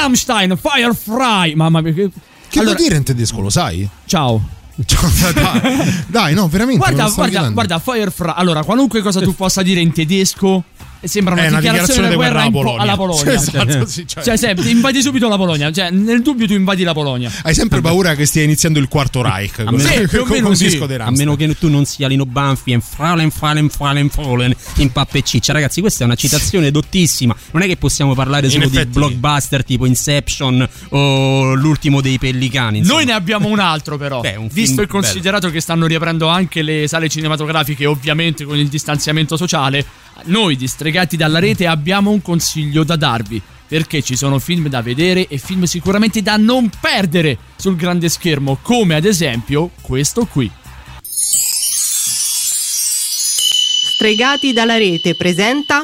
Rammstein, Firefly. Mamma mia, che, che allora, vuol dire in tedesco, lo sai? Ciao. dai, dai, no, veramente. Guarda, guarda, guarda, Firefly. Allora, qualunque cosa tu possa dire in tedesco sembra una, è una dichiarazione, di guerra, guerra Polonia. alla Polonia. Esatto, sì, cioè. Cioè, sempre, invadi subito la Polonia. Cioè, nel dubbio tu invadi la Polonia. Hai sempre paura che stia iniziando il quarto Reich. A, me- sì, più o meno sì. A meno che tu non sia Lino Banfi e Fralen, Fralen, Fralen, Fralen in pappa e ciccia. Ragazzi, questa è una citazione dottissima. Non è che possiamo parlare solo di blockbuster tipo Inception o L'ultimo dei pellicani. Insomma. Noi ne abbiamo un altro, però. Beh, un visto e considerato bello. Che stanno riaprendo anche le sale cinematografiche, ovviamente con il distanziamento sociale, noi di Stregati dalla Rete abbiamo un consiglio da darvi, perché ci sono film da vedere e film sicuramente da non perdere sul grande schermo, come ad esempio questo qui. Stregati dalla Rete presenta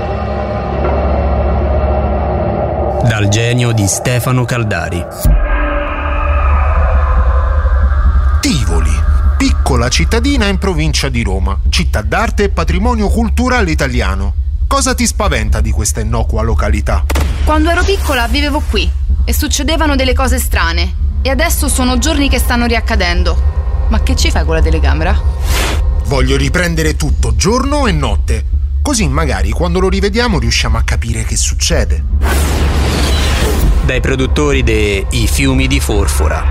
Dal genio di Stefano Caldari. Tivoli, piccola cittadina in provincia di Roma, città d'arte e patrimonio culturale italiano. Cosa ti spaventa di questa innocua località? Quando ero piccola vivevo qui e succedevano delle cose strane e adesso sono giorni che stanno riaccadendo. Ma che ci fai con la telecamera? Voglio riprendere tutto, giorno e notte, così magari quando lo rivediamo riusciamo a capire che succede. Dai produttori de I fiumi di Forfora.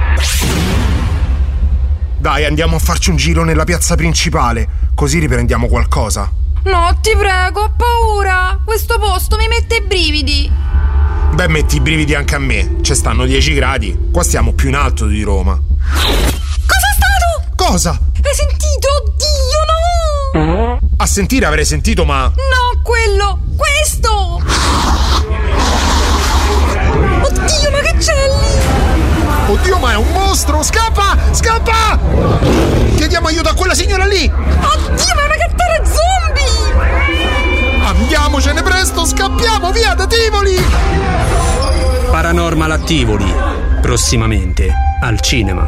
Dai, andiamo a farci un giro nella piazza principale, così riprendiamo qualcosa. No, ti prego, ho paura. Questo posto mi mette i brividi. Beh, metti i brividi anche a me. Ci stanno dieci gradi. Qua stiamo più in alto di Roma. Cosa è stato? Cosa? Hai sentito? Oddio, no! A sentire avrei sentito, ma... No, quello! Questo! Oddio, ma che c'è lì? Oddio, ma è un mostro! Scappa! Scappa! Chiediamo aiuto a quella signora lì! Oddio, ma è una gattara zombie! Andiamocene presto, scappiamo via da Tivoli! Paranormal a Tivoli, prossimamente al cinema.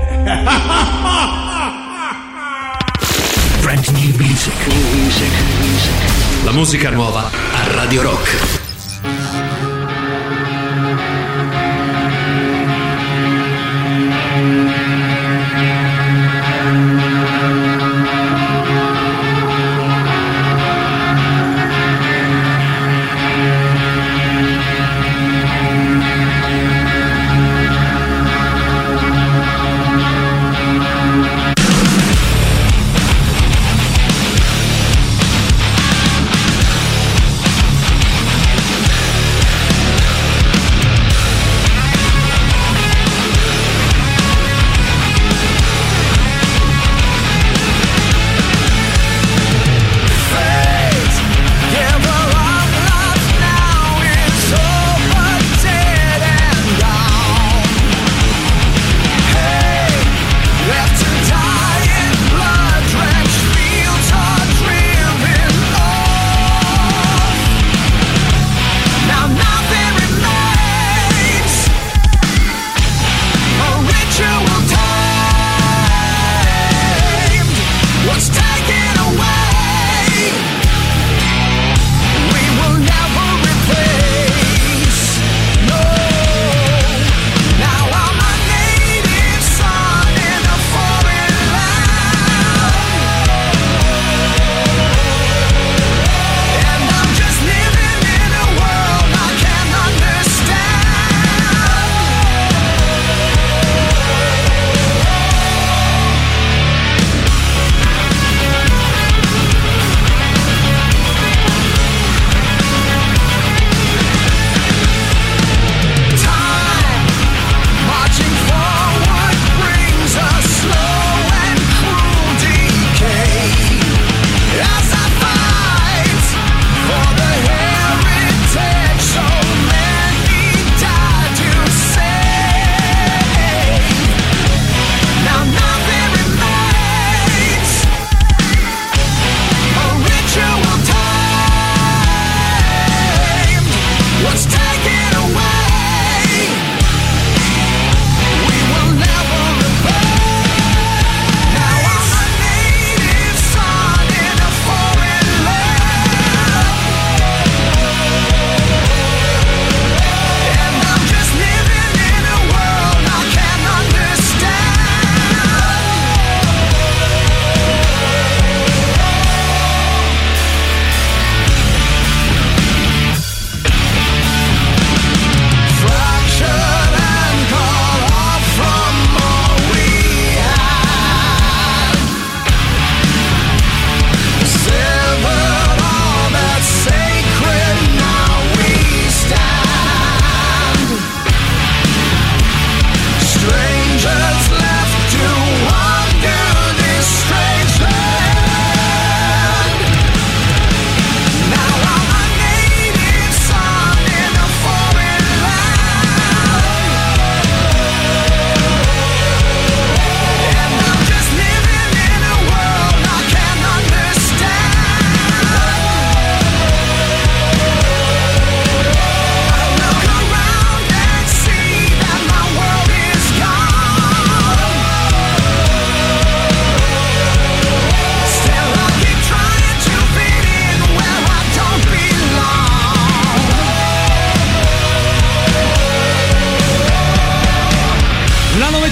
Brand new music. music. La musica nuova a Radio Rock.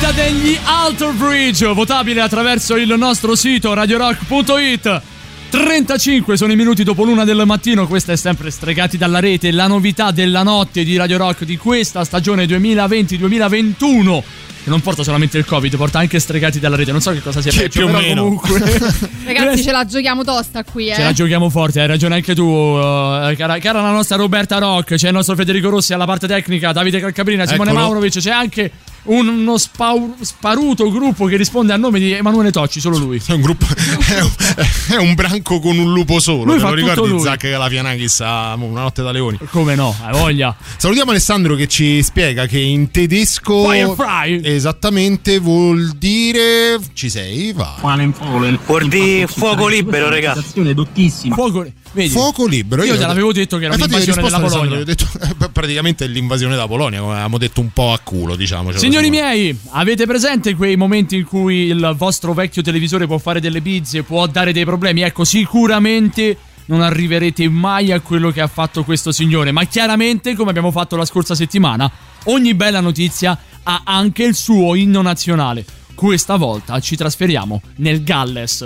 quella degli Alter Bridge, votabile attraverso il nostro sito radio rock punto it. trentacinque sono i minuti dopo l'una del mattino. Questa è sempre Stregati dalla Rete, la novità della notte di Radio Rock di questa stagione duemilaventi duemilaventuno, che non porta solamente il Covid, porta anche Stregati dalla Rete. Non so che cosa sia che peggio, più o però meno. comunque Ragazzi, ce la giochiamo tosta qui, eh. ce la giochiamo forte, hai ragione anche tu, uh, cara, cara la nostra Roberta Rock. C'è il nostro Federico Rossi alla parte tecnica, Davide Calcabrina, Simone Eccolo. Maurovic. C'è anche un- uno spau- sparuto gruppo che risponde a nome di Emanuele Tocci, solo lui. È un gruppo, è un, è un branco con un lupo solo. Lui Te fa lo tutto ricordi lui. Zach Galafianakis a Una notte da leoni? Come no, hai voglia. Salutiamo Alessandro che ci spiega che in tedesco Firefly esattamente vuol dire ci sei, va. Vuol dire fuoco libero, regà. Fuoco, vedi? Fuoco libero. Io te l'avevo detto che era Eh, infatti un'invasione ho risposto della a Alessandro, Polonia. gli ho detto, eh, praticamente è l'invasione della Polonia, come avevamo detto un po' a culo, diciamo. Signori miei, avete presente quei momenti in cui il vostro vecchio televisore può fare delle bizze, può dare dei problemi? Ecco, sicuramente non arriverete mai a quello che ha fatto questo signore, ma chiaramente, come abbiamo fatto la scorsa settimana, ogni bella notizia ha anche il suo inno nazionale. Questa volta ci trasferiamo nel Galles.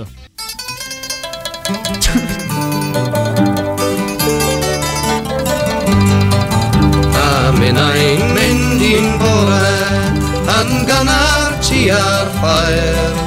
Amenain mendin bore, an ganarci al fire.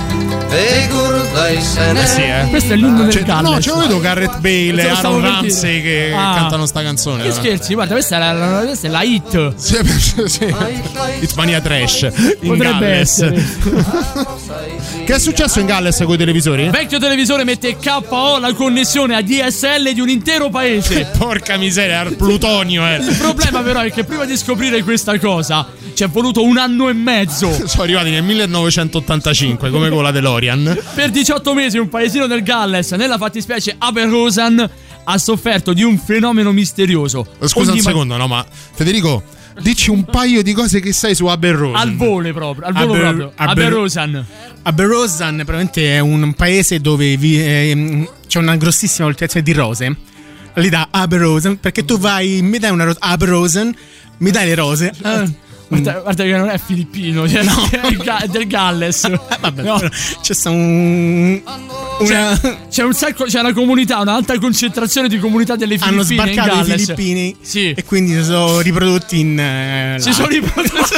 Eh sì, eh. Questo è l'inno del Cioè, Galles. no, ce lo vedo Garrett Bale e Lo stavo Aaron per Ramsey dire. che Ah. cantano sta canzone. Che scherzi, guarda, questa è la, questa è la hit. Sì, sì. Hitmania Trash in Potrebbe Galles. essere. Che è successo in Galles con i televisori? Vecchio televisore mette K O la connessione a D S L di un intero paese. Porca miseria, al plutonio, eh. Il problema però è che prima di scoprire questa cosa ci è voluto un anno e mezzo. Sono arrivati nel millenovecentottantacinque come con la DeLorean. Per diciotto mesi un paesino del Galles, nella fattispecie Aberrosan, ha sofferto di un fenomeno misterioso. Scusa Ogni un ma- secondo, no, ma Federico, dici un paio di cose che sai su Aberrosan. Al volo proprio, al volo Aber- proprio. Aber- Aberrosan. Aberrosan praticamente è un paese dove vi- ehm, c'è una grossissima coltivazione di rose. Lì da Aberrosan, perché tu vai, mi dai una rosa Aberrosan, mi dai le rose. ah, Guarda, guarda che non è filippino, cioè è il Ga- del Galles. Vabbè, No. però c'è sta un una C'è, c'è un sacco, c'è una comunità, un'alta concentrazione di comunità delle Filippine. hanno sbarcato in i Galles. filippini Sì. e quindi si sono riprodotti in eh, Si là. sono riprodotti.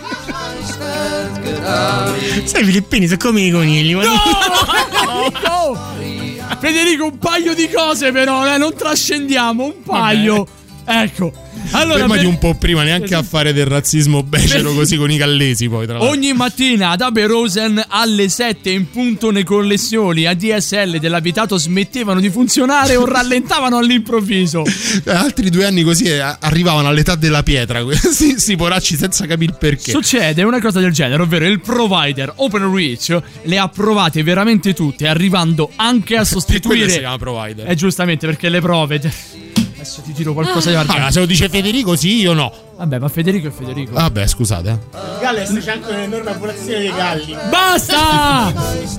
Sai, i filippini sono come i conigli. ma- No! Federico, un paio di cose però, eh, non trascendiamo, un paio. Ecco. Allora, Fermati per- un po' prima, neanche a fare del razzismo becero così con i gallesi poi tra l'altro. Ogni mattina ad Aberrosan alle sette in punto le connessioni a D S L dell'abitato smettevano di funzionare o rallentavano all'improvviso. Eh, altri due anni così eh, arrivavano all'età della pietra questi sti poracci senza capire il perché. Succede una cosa del genere, ovvero il provider OpenReach le ha provate veramente tutte, arrivando anche a Per quello sostituire. si chiama provider. Eh, giustamente, perché le prove. Adesso ti tiro qualcosa di Ah, se lo dice Federico sì, io no. Vabbè, ma Federico è Federico. Vabbè, scusate. eh. In Galles c'è anche un'enorme popolazione di galli. Basta!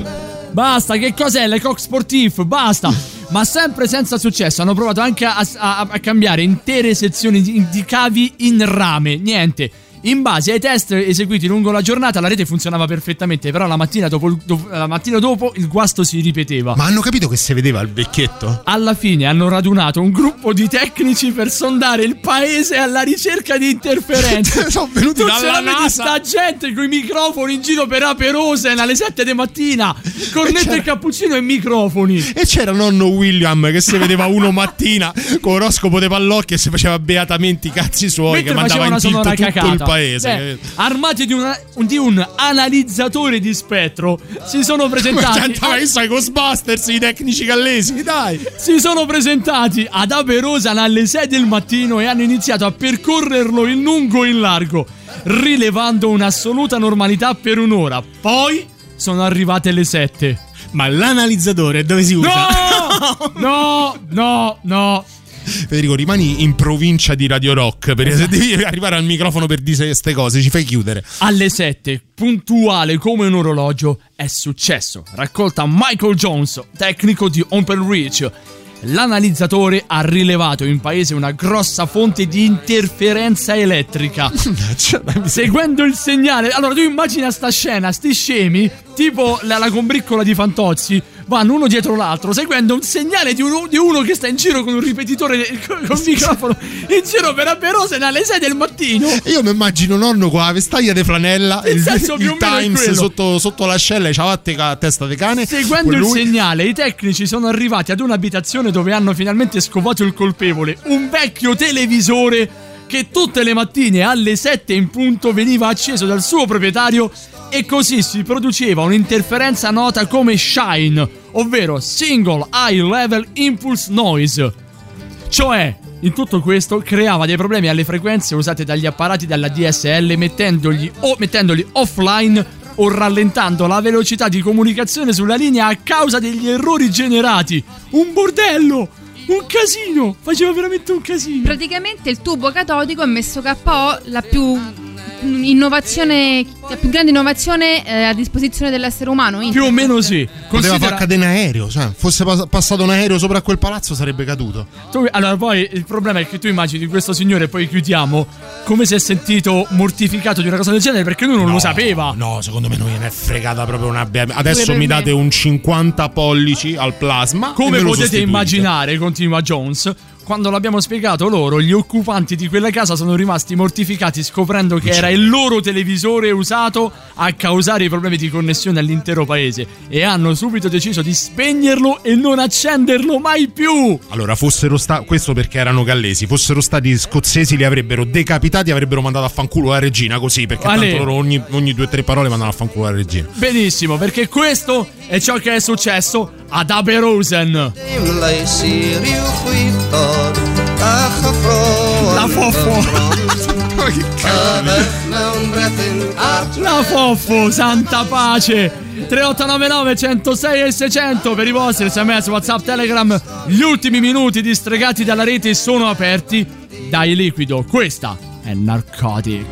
Basta, che cos'è? Le Coq Sportif, basta! Ma sempre senza successo. Hanno provato anche a, a- a cambiare intere sezioni di, di cavi in rame. Niente. In base ai test eseguiti lungo la giornata la rete funzionava perfettamente, però la mattina dopo, il- do- la mattina dopo il guasto si ripeteva. Ma hanno capito che si vedeva il vecchietto? Alla fine hanno radunato un gruppo di tecnici per sondare il paese alla ricerca di interferenze. Sono venuti Tu dalla ce la vedi NASA. sta gente con i microfoni in giro per Aperosen alle sette di mattina, cornetto e cappuccino e microfoni. E c'era nonno William che si vedeva uno mattina con oroscopo dei pallocchi e si faceva beatamente i cazzi suoi, Mentre che mandava faceva in una tilt sonora tutto cacata. il paese. Beh, armati di, una- di un analizzatore di spettro si sono Ma presentati senta, ma che sai, Ghostbusters, i tecnici gallesi, dai. si sono presentati ad Aberrosan alle sei del mattino e hanno iniziato a percorrerlo in lungo e in largo, rilevando un'assoluta normalità per un'ora. Poi sono arrivate le sette. Ma l'analizzatore dove si usa? No! No, no, no. Federico, rimani in provincia di Radio Rock, perché se devi arrivare al microfono per dire queste cose ci fai chiudere. Alle sette, puntuale come un orologio, è successo. Raccolta Michael Jones, tecnico di OpenReach. l'analizzatore ha rilevato in paese una grossa fonte di interferenza elettrica. Seguendo il segnale, allora tu immagina sta scena, sti scemi, tipo la, la combriccola di Fantozzi, vanno uno dietro l'altro seguendo un segnale di uno, di uno che sta in giro con un ripetitore con, con il microfono in giro per Aberosena alle sei del mattino. Io mi immagino nonno con la vestaglia di flanella, il, il, il Times sotto, sotto l'ascella e ciabatte a testa di cane. Seguendo il segnale, i tecnici sono arrivati ad un'abitazione dove hanno finalmente scovato il colpevole, un vecchio televisore che tutte le mattine alle sette in punto veniva acceso dal suo proprietario, e così si produceva un'interferenza nota come Shine, ovvero Single High Level Impulse Noise. Cioè, in tutto questo creava dei problemi alle frequenze usate dagli apparati della D S L, mettendogli, o mettendoli offline o rallentando la velocità di comunicazione sulla linea a causa degli errori generati. Un bordello! Un casino! Faceva veramente un casino. Praticamente il tubo catodico ha messo K O, la più innovazione, la più grande innovazione eh, a disposizione dell'essere umano. Internet. Più o meno sì. Poteva Considera... far cadere un aereo, cioè, fosse pas- passato un aereo sopra quel palazzo sarebbe caduto. Tu, allora poi il problema è che tu immagini questo signore, poi chiudiamo, come si è sentito mortificato di una cosa del genere, perché lui non no, lo sapeva. No, secondo me non gliene è fregata proprio una be- Adesso mi date un cinquanta pollici al plasma. Come potete immaginare, continua Jones, quando l'abbiamo spiegato loro, gli occupanti di quella casa sono rimasti mortificati scoprendo che era il loro televisore usato a causare i problemi di connessione all'intero paese, e hanno subito deciso di spegnerlo e non accenderlo mai più. Allora, fossero stati, questo perché erano gallesi, fossero stati scozzesi li avrebbero decapitati, avrebbero mandato a fanculo la regina, così, perché Ale. tanto loro ogni, ogni due o tre parole mandano a fanculo la regina. Benissimo, perché questo è ciò che è successo ad Aberosena. La Foffo. La Foffo, santa pace. tre otto nove nove uno zero sei e seicento per i vostri sms, WhatsApp, Telegram. Gli ultimi minuti di Stregati dalla Rete sono aperti. Dai Liquido, questa è Narcotic.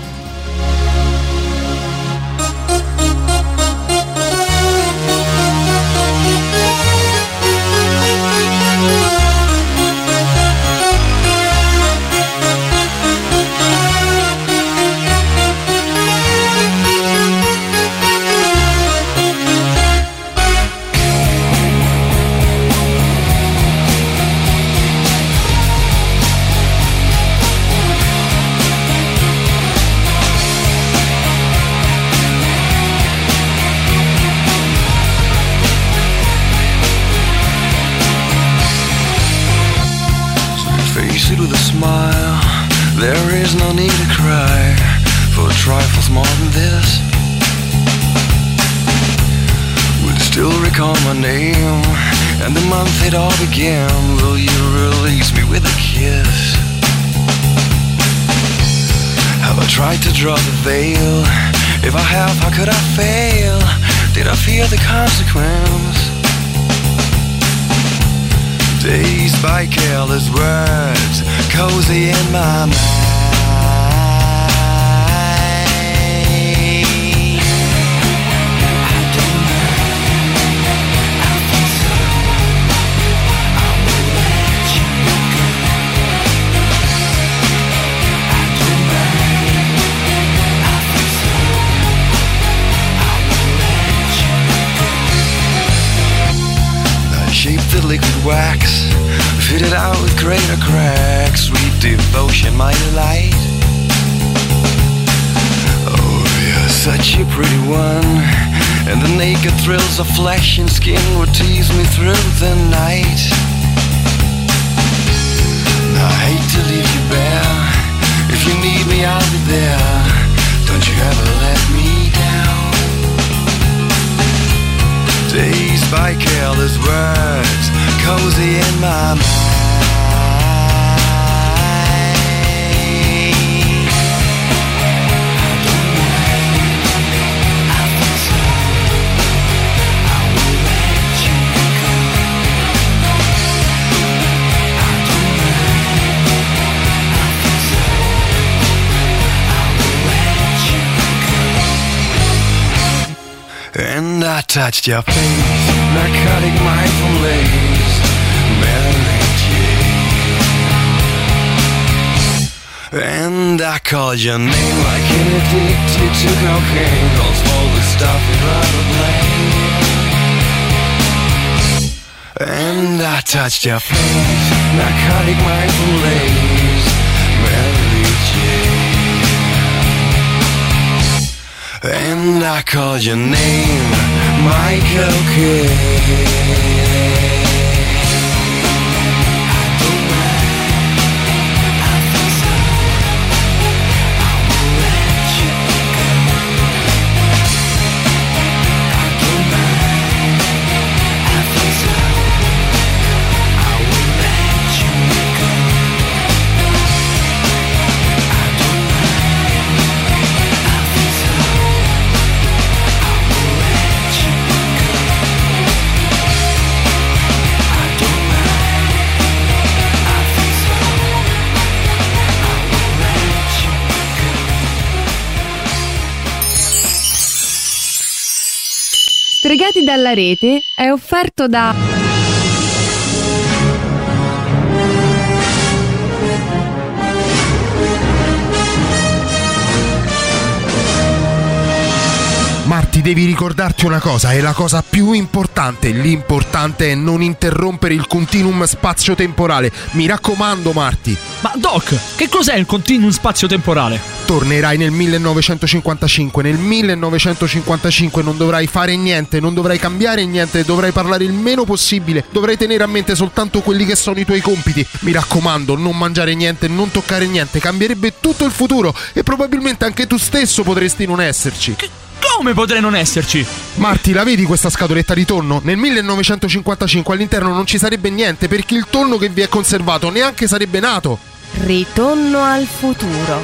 There is no need to cry for trifles more than this. Would still recall my name and the month it all began. Will you release me with a kiss? Have I tried to draw the veil? If I have, how could I fail? Did I fear the consequence? Dazed by careless words, cozy in my mind. Shaped the liquid wax, fitted out with greater cracks. Sweet devotion, my delight. Oh, you're such a pretty one, and the naked thrills of flesh and skin would tease me through the night. I hate to leave you bare. If you need me, I'll be there. Don't you ever let me down. Dazed by careless words, cozy in my mind. And I touched your face, narcotic mindful lace. Mary Jane. And I call your name like an addicted to cocaine calls all the stuff you'd rather play. And I touched your face, narcotic mindful lace, Mary Jane. And I called your name, Michael Kidd. Stregati dalla rete è offerto da Marti, devi ricordarti una cosa, è la cosa più importante. L'importante è non interrompere il continuum spazio-temporale. Mi raccomando, Marti. Ma Doc, che cos'è il continuum spazio-temporale? Tornerai nel millenovecentocinquantacinque. Nel millenovecentocinquantacinque non dovrai fare niente, non dovrai cambiare niente, dovrai parlare il meno possibile, dovrai tenere a mente soltanto quelli che sono i tuoi compiti. Mi raccomando, non mangiare niente, non toccare niente, cambierebbe tutto il futuro e probabilmente anche tu stesso potresti non esserci. Come potrei non esserci? Marti, la vedi questa scatoletta di tonno? Nel millenovecentocinquantacinque all'interno non ci sarebbe niente perché il tonno che vi è conservato neanche sarebbe nato. Ritorno al futuro.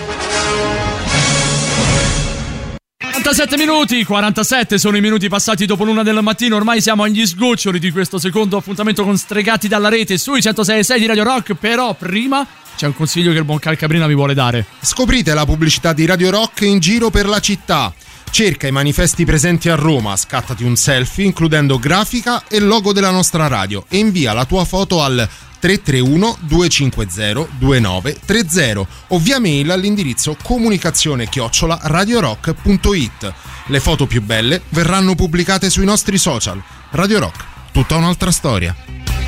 quarantasette minuti, quarantasette sono i minuti passati dopo l'una del mattino. Ormai siamo agli sgoccioli di questo secondo appuntamento con Stregati dalla rete sui centosei e sei di Radio Rock. Però prima c'è un consiglio che il buon Calcabrina vi vuole dare. Scoprite la pubblicità di Radio Rock in giro per la città. Cerca i manifesti presenti a Roma, scattati un selfie includendo grafica e logo della nostra radio e invia la tua foto al tre tre uno due cinque zero due nove tre zero o via mail all'indirizzo comunicazione chiocciola radiorock punto it. Le foto più belle verranno pubblicate sui nostri social. Radio Rock, tutta un'altra storia.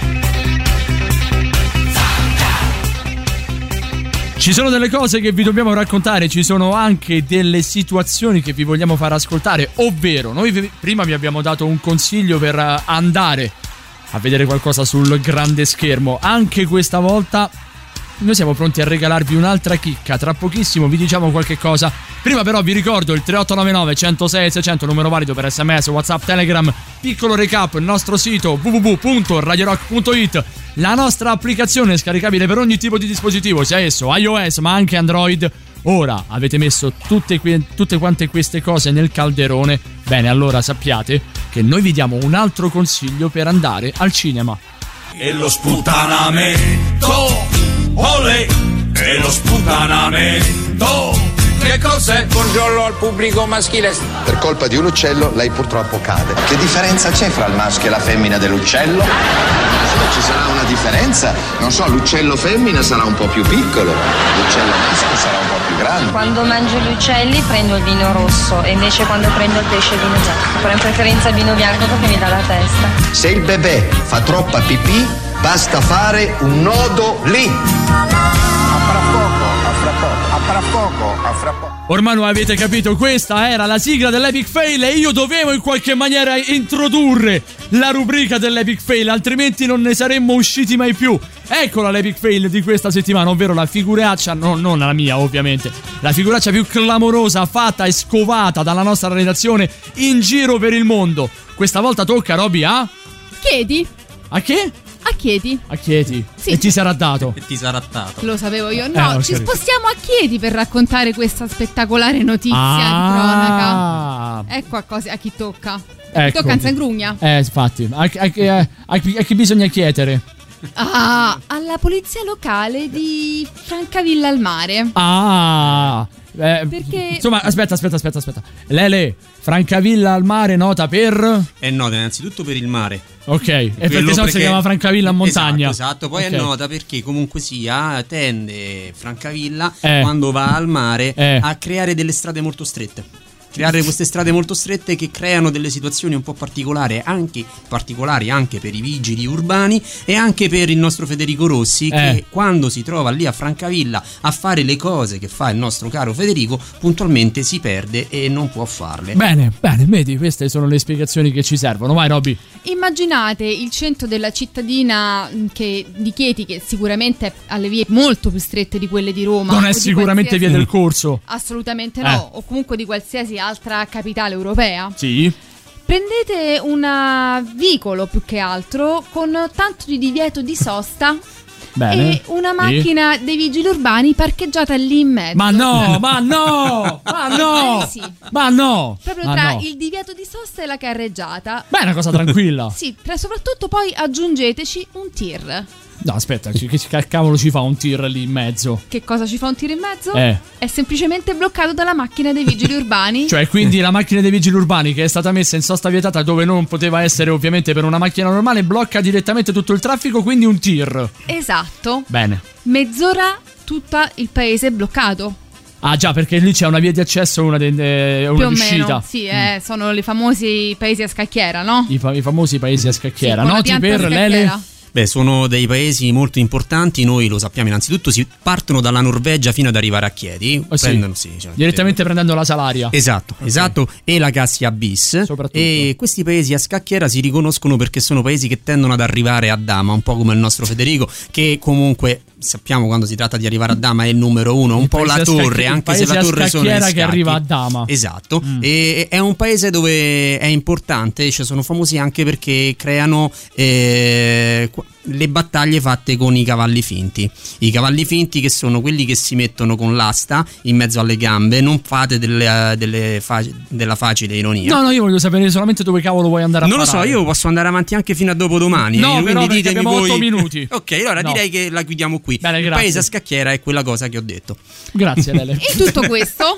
Ci sono delle cose che vi dobbiamo raccontare, ci sono anche delle situazioni che vi vogliamo far ascoltare, ovvero noi vi, prima vi abbiamo dato un consiglio per andare a vedere qualcosa sul grande schermo. Anche questa volta noi siamo pronti a regalarvi un'altra chicca, tra pochissimo vi diciamo qualche cosa. Prima però vi ricordo il tre otto nove nove centosei seicento, numero valido per sms, whatsapp, telegram. Piccolo recap, il nostro sito w w w punto radiorock punto it, la nostra applicazione scaricabile per ogni tipo di dispositivo, sia esso iOS ma anche Android. Ora avete messo tutte, que- tutte quante queste cose nel calderone, bene, allora sappiate che noi vi diamo un altro consiglio per andare al cinema. E lo sputtanamento, olè, e lo sputtanamento, che cos'è? Buongiorno al pubblico maschile. Per colpa di un uccello lei purtroppo cade. Che differenza c'è fra il maschio e la femmina dell'uccello? Ci sarà una differenza? Non so, l'uccello femmina sarà un po' più piccolo, l'uccello maschio sarà un po' più grande. Quando mangio gli uccelli prendo il vino rosso e invece quando prendo il pesce il vino bianco. Però in preferenza il vino bianco perché mi dà la testa. Se il bebè fa troppa pipì, basta fare un nodo lì. A fra poco, a fra poco, a fra poco, a fra poco. Ormai lo avete capito, questa era la sigla dell'Epic Fail e io dovevo in qualche maniera introdurre la rubrica dell'Epic Fail, altrimenti non ne saremmo usciti mai più. Eccola l'Epic Fail di questa settimana, ovvero la figuraccia, no, non la mia ovviamente, la figuraccia più clamorosa fatta e scovata dalla nostra redazione in giro per il mondo. Questa volta tocca, Roby, a... Chiedi? A che? A Chieti. A Chieti. Sì. E ti sarà dato. E ti sarà dato. Lo sapevo io. No, Eh, ci capito. spostiamo a Chieti per raccontare questa spettacolare notizia Ah. di cronaca. Ecco a, cosa, a chi tocca. A chi Ecco. tocca in Sangrugna. Eh, infatti, a, a- a- a chi- a chi bisogna chiedere? Ah, alla polizia locale di Francavilla al Mare. Ah, Eh, Perché- Insomma, aspetta, aspetta, aspetta, aspetta. Lele, Francavilla al mare nota per... È nota innanzitutto per il mare. Ok, e perché Quello sennò si perché- chiama Francavilla a montagna. Esatto, esatto. Poi Ok. è nota perché comunque sia tende Francavilla Eh. quando va al mare Eh. a creare delle strade molto strette. Creare queste strade molto strette che creano delle situazioni un po' particolari anche, particolari anche per i vigili urbani e anche per il nostro Federico Rossi, che Eh. quando si trova lì a Francavilla a fare le cose che fa il nostro caro Federico, puntualmente si perde e non può farle. Bene, bene, vedi, queste sono le spiegazioni che ci servono. Vai, Robby. Immaginate il centro della cittadina mh, che, di Chieti, che sicuramente ha le vie molto più strette di quelle di Roma. Non o è di sicuramente qualsiasi- via del corso. Assolutamente no, Eh. o comunque di qualsiasi altra capitale europea. Sì. Prendete un vicolo più che altro con tanto di divieto di sosta Bene. e una Sì. macchina dei vigili urbani parcheggiata lì in mezzo. Ma no, ma no, ma no, Eh sì. ma no. Proprio Ma tra no. il divieto di sosta e la carreggiata. Beh, è una cosa tranquilla. Sì, tra- soprattutto poi aggiungeteci un tir. No, aspetta, che, che cavolo ci fa un tir lì in mezzo? Che cosa ci fa un tir in mezzo? Eh. È semplicemente bloccato dalla macchina dei vigili urbani. Cioè, quindi la macchina dei vigili urbani, che è stata messa in sosta vietata dove non poteva essere ovviamente per una macchina normale, blocca direttamente tutto il traffico, quindi un tir. Esatto. Bene. Mezz'ora tutto il paese bloccato. Ah già, perché lì c'è una via di accesso e una, de- de- una Più o d'uscita. meno. Sì, eh, sono i famosi paesi a scacchiera, no? I, fa- i famosi paesi a scacchiera. Sì, con la Noti pianta per scacchiera. Lele? Beh, sono dei paesi molto importanti, noi lo sappiamo innanzitutto, si partono dalla Norvegia fino ad arrivare a Chieti, Oh, sì. prendono, sì, cioè, Direttamente prendendo la Salaria. Esatto, esatto, e la Cassia Bis. E questi paesi a scacchiera si riconoscono perché sono paesi che tendono ad arrivare a dama, un po' come il nostro Federico, che comunque sappiamo quando si tratta di arrivare a dama è il numero uno, un Il po' la paese a torre, scacchi- il anche se paese la a torre sono gli scacchiera che scacchi. arriva a dama. Esatto, e è un paese dove è importante, cioè sono famosi anche perché creano eh, qu- le battaglie fatte con i cavalli finti. I cavalli finti che sono quelli che si mettono con l'asta in mezzo alle gambe, non fate delle, delle fa- della facile ironia. No, no, io voglio sapere solamente dove cavolo vuoi andare a Non lo parare. so, io posso andare avanti anche fino a dopodomani. No, eh, però quindi perché ditemi abbiamo voi. otto minuti. Ok, allora No. direi che la chiudiamo qui. Bene, Il grazie. paese a scacchiera è quella cosa che ho detto. Grazie, Lele. In tutto questo,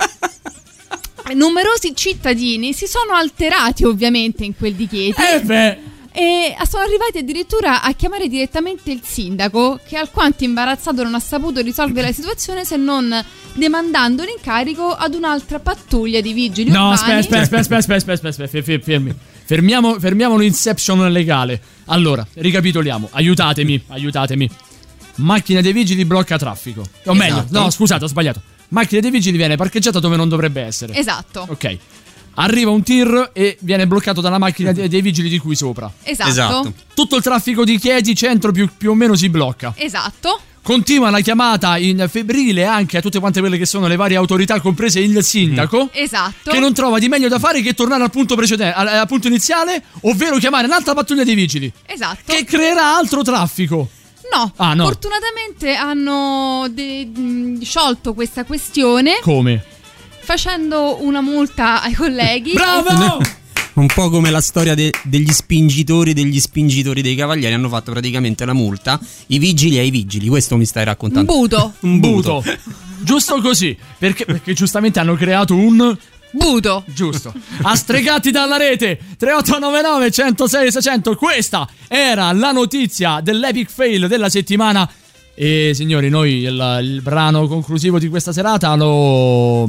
numerosi cittadini si sono alterati ovviamente in quel di Chieti. Eh beh. E sono arrivati addirittura a chiamare direttamente il sindaco, che alquanto imbarazzato non ha saputo risolvere la situazione se non demandando l'incarico ad un'altra pattuglia di vigili No, urbani. aspetta, aspetta, aspetta, aspetta, aspetta, aspetta, aspetta, fer- fermi. Fermiamo, fermiamo l'inception legale. Allora, ricapitoliamo. Aiutatemi, aiutatemi. Macchina dei vigili blocca traffico. O meglio, Esatto. no, scusate, ho sbagliato. Macchina dei vigili viene parcheggiata dove non dovrebbe essere. Esatto. Ok. Arriva un tir e viene bloccato dalla macchina dei, dei vigili di qui sopra. Esatto. Esatto. Tutto il traffico di Chieti centro più, più o meno si blocca. Esatto. Continua la chiamata in febbrile anche a tutte quante quelle che sono le varie autorità, comprese il sindaco. Esatto. Che non trova di meglio da fare che tornare al punto precedente, al, al punto iniziale, ovvero chiamare un'altra pattuglia dei vigili. Esatto. Che creerà altro traffico. No, Ah, no. fortunatamente hanno de- mh, sciolto questa questione Come? facendo una multa ai colleghi. Bravo! Un po' come la storia de- degli spingitori degli spingitori dei cavalieri, hanno fatto praticamente la multa i vigili ai vigili, questo mi stai Un raccontando. buto. Un buto. Giusto così. Perché, perché giustamente hanno creato un buto. Giusto. Astregati dalla rete. tre otto nove nove uno zero sei sei zero zero. Questa era la notizia dell'epic fail della settimana. E signori, noi il, il brano conclusivo di questa serata lo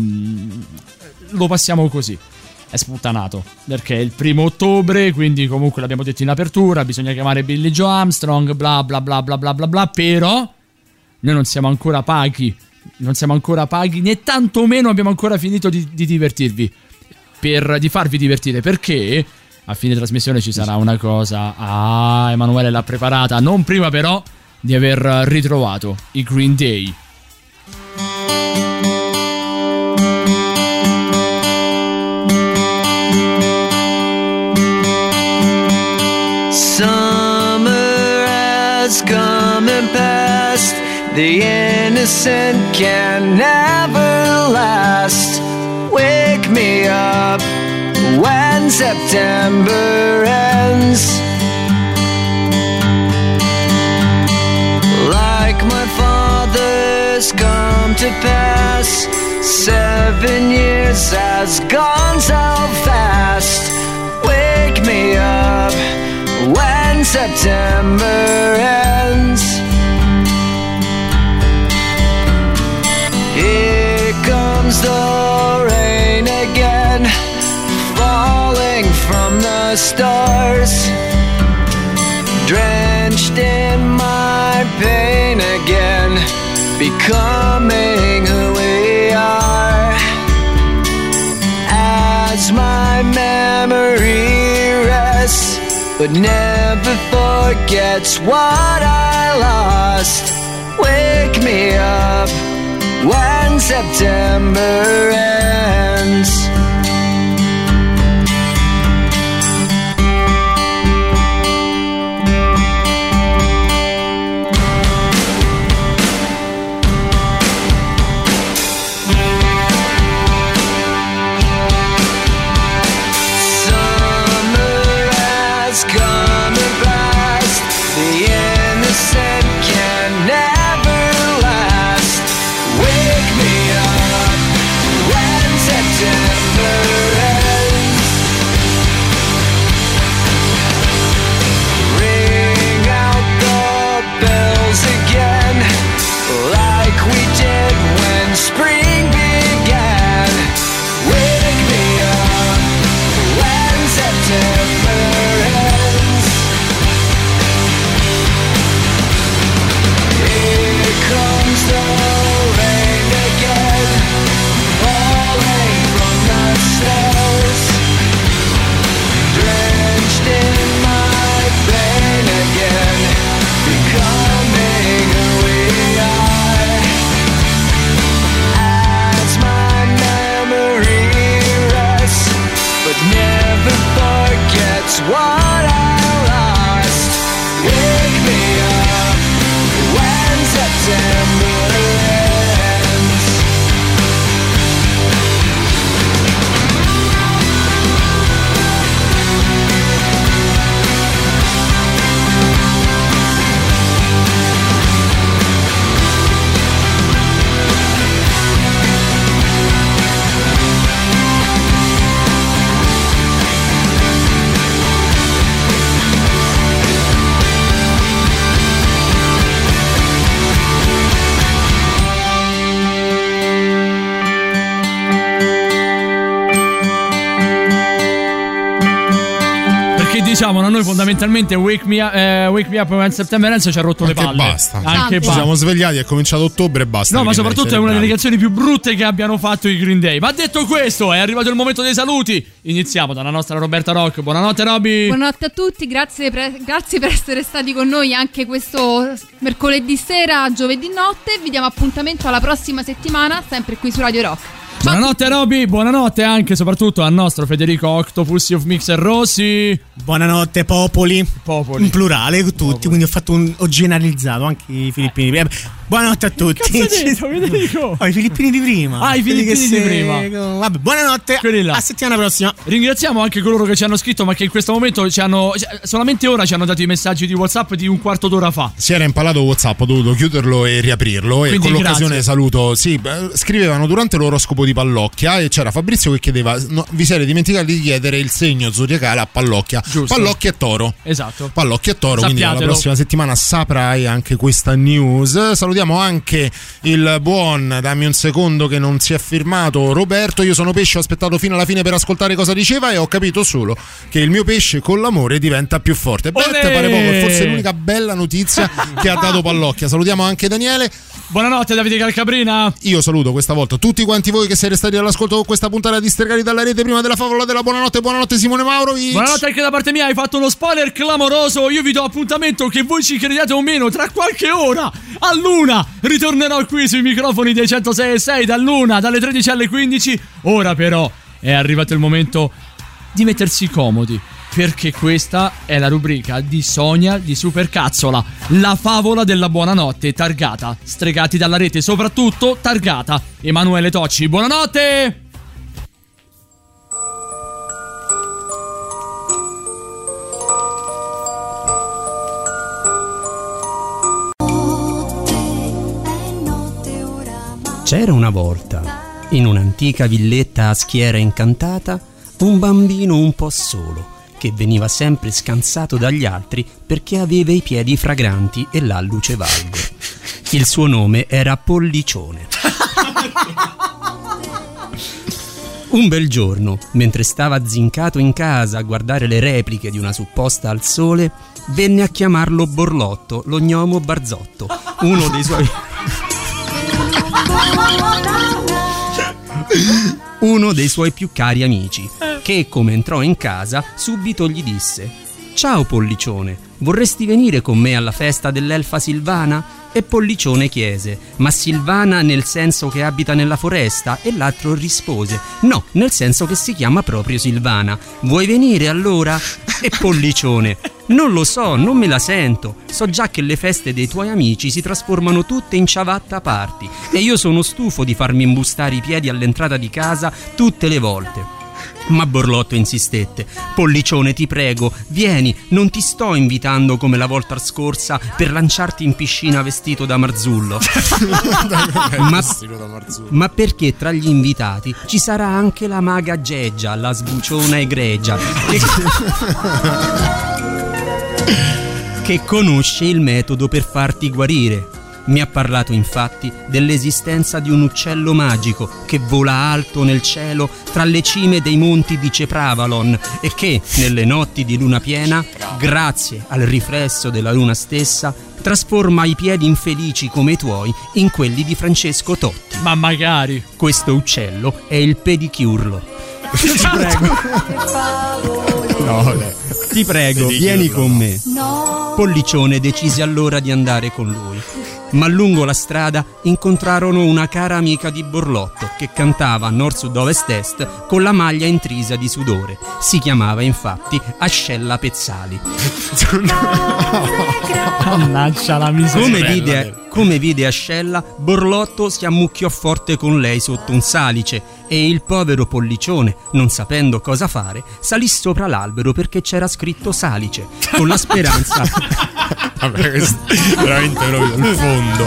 lo passiamo così. È sputtanato perché è il primo ottobre, quindi comunque l'abbiamo detto in apertura, bisogna chiamare Billie Joe Armstrong, bla bla bla bla bla bla bla, però noi non siamo ancora paghi, non siamo ancora paghi né tantomeno abbiamo ancora finito di, di divertirvi, per, di farvi divertire, perché a fine trasmissione ci sarà una cosa. Ah, Emanuele l'ha preparata, non prima però di aver ritrovato i Green Day. Summer has come and passed. The innocent can never last. Wake me up when September ends. Like my father's come to pass, Seven years has gone so fast. Wake me up when September ends. Here comes the rain again, falling from the stars, drenched in my pain again, becoming who we are. As my memory rests, but never forgets what I lost. Wake me up when September ends. Spring began. Wake me up when September ends. Here comes the rain again, falling from the stars, drenched in my pain again, becoming who we are. But never forgets what I lost. Wake me up when September ends. Diciamo, a noi fondamentalmente Wake Me Up, eh, Wake Me Up when September Ends ci ha rotto le Anche palle. basta. Anche Ci basta. siamo svegliati, è cominciato ottobre e basta. No, ma soprattutto è una delle canzoni canzoni più brutte che abbiano fatto i Green Day. Ma detto questo, è arrivato il momento dei saluti. Iniziamo dalla nostra Roberta Rock. Buonanotte, Roby. Buonanotte a tutti, grazie per, grazie per essere stati con noi anche questo mercoledì sera, giovedì notte. Vi diamo appuntamento alla prossima settimana, sempre qui su Radio Rock. Buonanotte Roby, buonanotte anche e soprattutto al nostro Federico Octopus of Mixer Rossi. Buonanotte popoli. Popoli. In plurale tutti, popoli. Quindi ho fatto un ho generalizzato anche i filippini. Eh, buonanotte a tutti. Che cazzo hai detto, Federico? Oh, i filippini di prima. Ah, i filippini di se... prima. Vabbè, buonanotte. A settimana prossima. Ringraziamo anche coloro che ci hanno scritto, ma che in questo momento ci hanno solamente ora ci hanno dato i messaggi di WhatsApp di un quarto d'ora fa. Si era impalato WhatsApp, ho dovuto chiuderlo e riaprirlo. Quindi e con l'occasione grazie. saluto. Sì, scrivevano durante l'oroscopo di Pallocchia e c'era Fabrizio che chiedeva: no, vi siete dimenticati di chiedere il segno zodiacale a Pallocchia? Giusto. Pallocchia e Toro. Esatto. Pallocchia e Toro. Quindi la prossima settimana saprai anche questa news. Salutiamo anche il buon, dammi un secondo che non si è firmato, Roberto. Io sono pesce, ho aspettato fino alla fine per ascoltare cosa diceva e ho capito solo che il mio pesce con l'amore diventa più forte. Beh, te pare poco, è forse l'unica bella notizia che ha dato Pallocchia. Salutiamo anche Daniele. Buonanotte Davide Calcabrina. Io saluto questa volta tutti quanti voi che siete stati all'ascolto con questa puntata di Stregati dalla Rete prima della favola della buonanotte. Buonanotte Simone Maurovic. Buonanotte anche da parte mia, hai fatto uno spoiler clamoroso. Io vi do appuntamento, che voi ci crediate o meno, tra qualche ora all'una ritornerò qui sui microfoni dei centosei e sei dall'una, dalle tredici alle quindici. Ora però è arrivato il momento di mettersi comodi, perché questa è la rubrica di Sonia di Supercazzola, la favola della buonanotte targata Stregati dalla Rete, soprattutto targata Emanuele Tocci. Buonanotte! C'era una volta In un'antica villetta a schiera incantata, un bambino un po' solo, che veniva sempre scansato dagli altri perché aveva i piedi fragranti e l'alluce valgo. Il suo nome era Pollicione. Un bel giorno, mentre stava zincato in casa a guardare le repliche di una supposta al sole, venne a chiamarlo Borlotto, lo gnomo Barzotto, uno dei suoi... uno dei suoi più cari amici, che come entrò in casa subito gli disse: «Ciao Pollicione, vorresti venire con me alla festa dell'elfa Silvana?» E Pollicione chiese: «Ma Silvana nel senso che abita nella foresta?» E l'altro rispose: «No, nel senso che si chiama proprio Silvana. Vuoi venire allora?» E Pollicione: «Non lo so, non me la sento. So già che le feste dei tuoi amici si trasformano tutte in ciabatta party e io sono stufo di farmi imbustare i piedi all'entrata di casa tutte le volte». Ma Borlotto insistette: «Pollicione, ti prego, vieni, non ti sto invitando come la volta scorsa per lanciarti in piscina vestito da Marzullo». ma, ma perché tra gli invitati ci sarà anche la maga Geggia, la sbuciona egregia, che, che conosce il metodo per farti guarire. Mi ha parlato infatti dell'esistenza di un uccello magico che vola alto nel cielo tra le cime dei monti di Cepravalon e che, nelle notti di luna piena, grazie al riflesso della luna stessa, trasforma i piedi infelici come i tuoi in quelli di Francesco Totti. Ma magari! Questo uccello è il pedicurlo. Ti prego. No, ti prego, vieni con me. No. Pollicione decise allora di andare con lui. Ma lungo la strada incontrarono una cara amica di Borlotto che cantava a nord sud ovest est con la maglia intrisa di sudore. Si chiamava infatti Ascella Pezzali. Mannaggia la miseria. Come vide, come vide Ascella, Borlotto si ammucchiò forte con lei sotto un salice e il povero Pollicione, non sapendo cosa fare, salì sopra l'albero perché c'era scritto salice, con la speranza... Vabbè, questo è veramente proprio il fondo.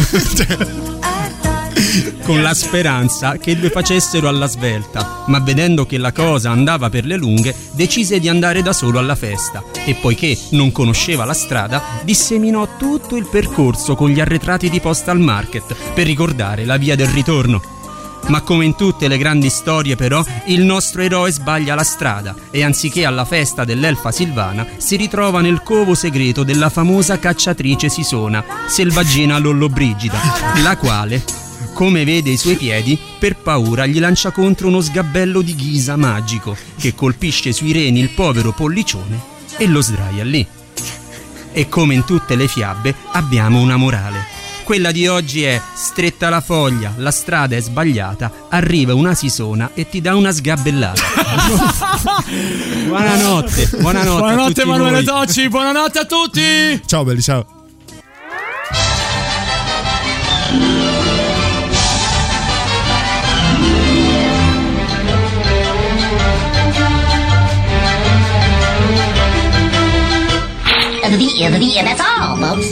Con la speranza che le facessero alla svelta, ma vedendo che la cosa andava per le lunghe, decise di andare da solo alla festa e poiché non conosceva la strada, disseminò tutto il percorso con gli arretrati di Postal Market per ricordare la via del ritorno. Ma come in tutte le grandi storie però, il nostro eroe sbaglia la strada e anziché alla festa dell'elfa Silvana si ritrova nel covo segreto della famosa cacciatrice Sisona, Selvaggina Lollobrigida, la quale, come vede i suoi piedi, per paura gli lancia contro uno sgabello di ghisa magico che colpisce sui reni il povero Pollicione e lo sdraia lì. E come in tutte le fiabe abbiamo una morale. Quella di oggi è: stretta la foglia, la strada è sbagliata, arriva una Sisona e ti dà una sgabellata. Buonanotte, buonanotte. Buonanotte Emanuele voi. Tocci, buonanotte a tutti. Ciao belli, ciao. The via, the via, that's all, folks.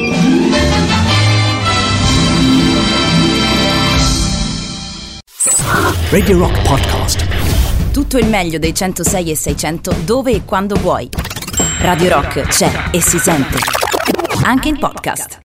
Radio Rock Podcast. Tutto il meglio dei centosei e seicento dove e quando vuoi. Radio Rock c'è e si sente. Anche in podcast.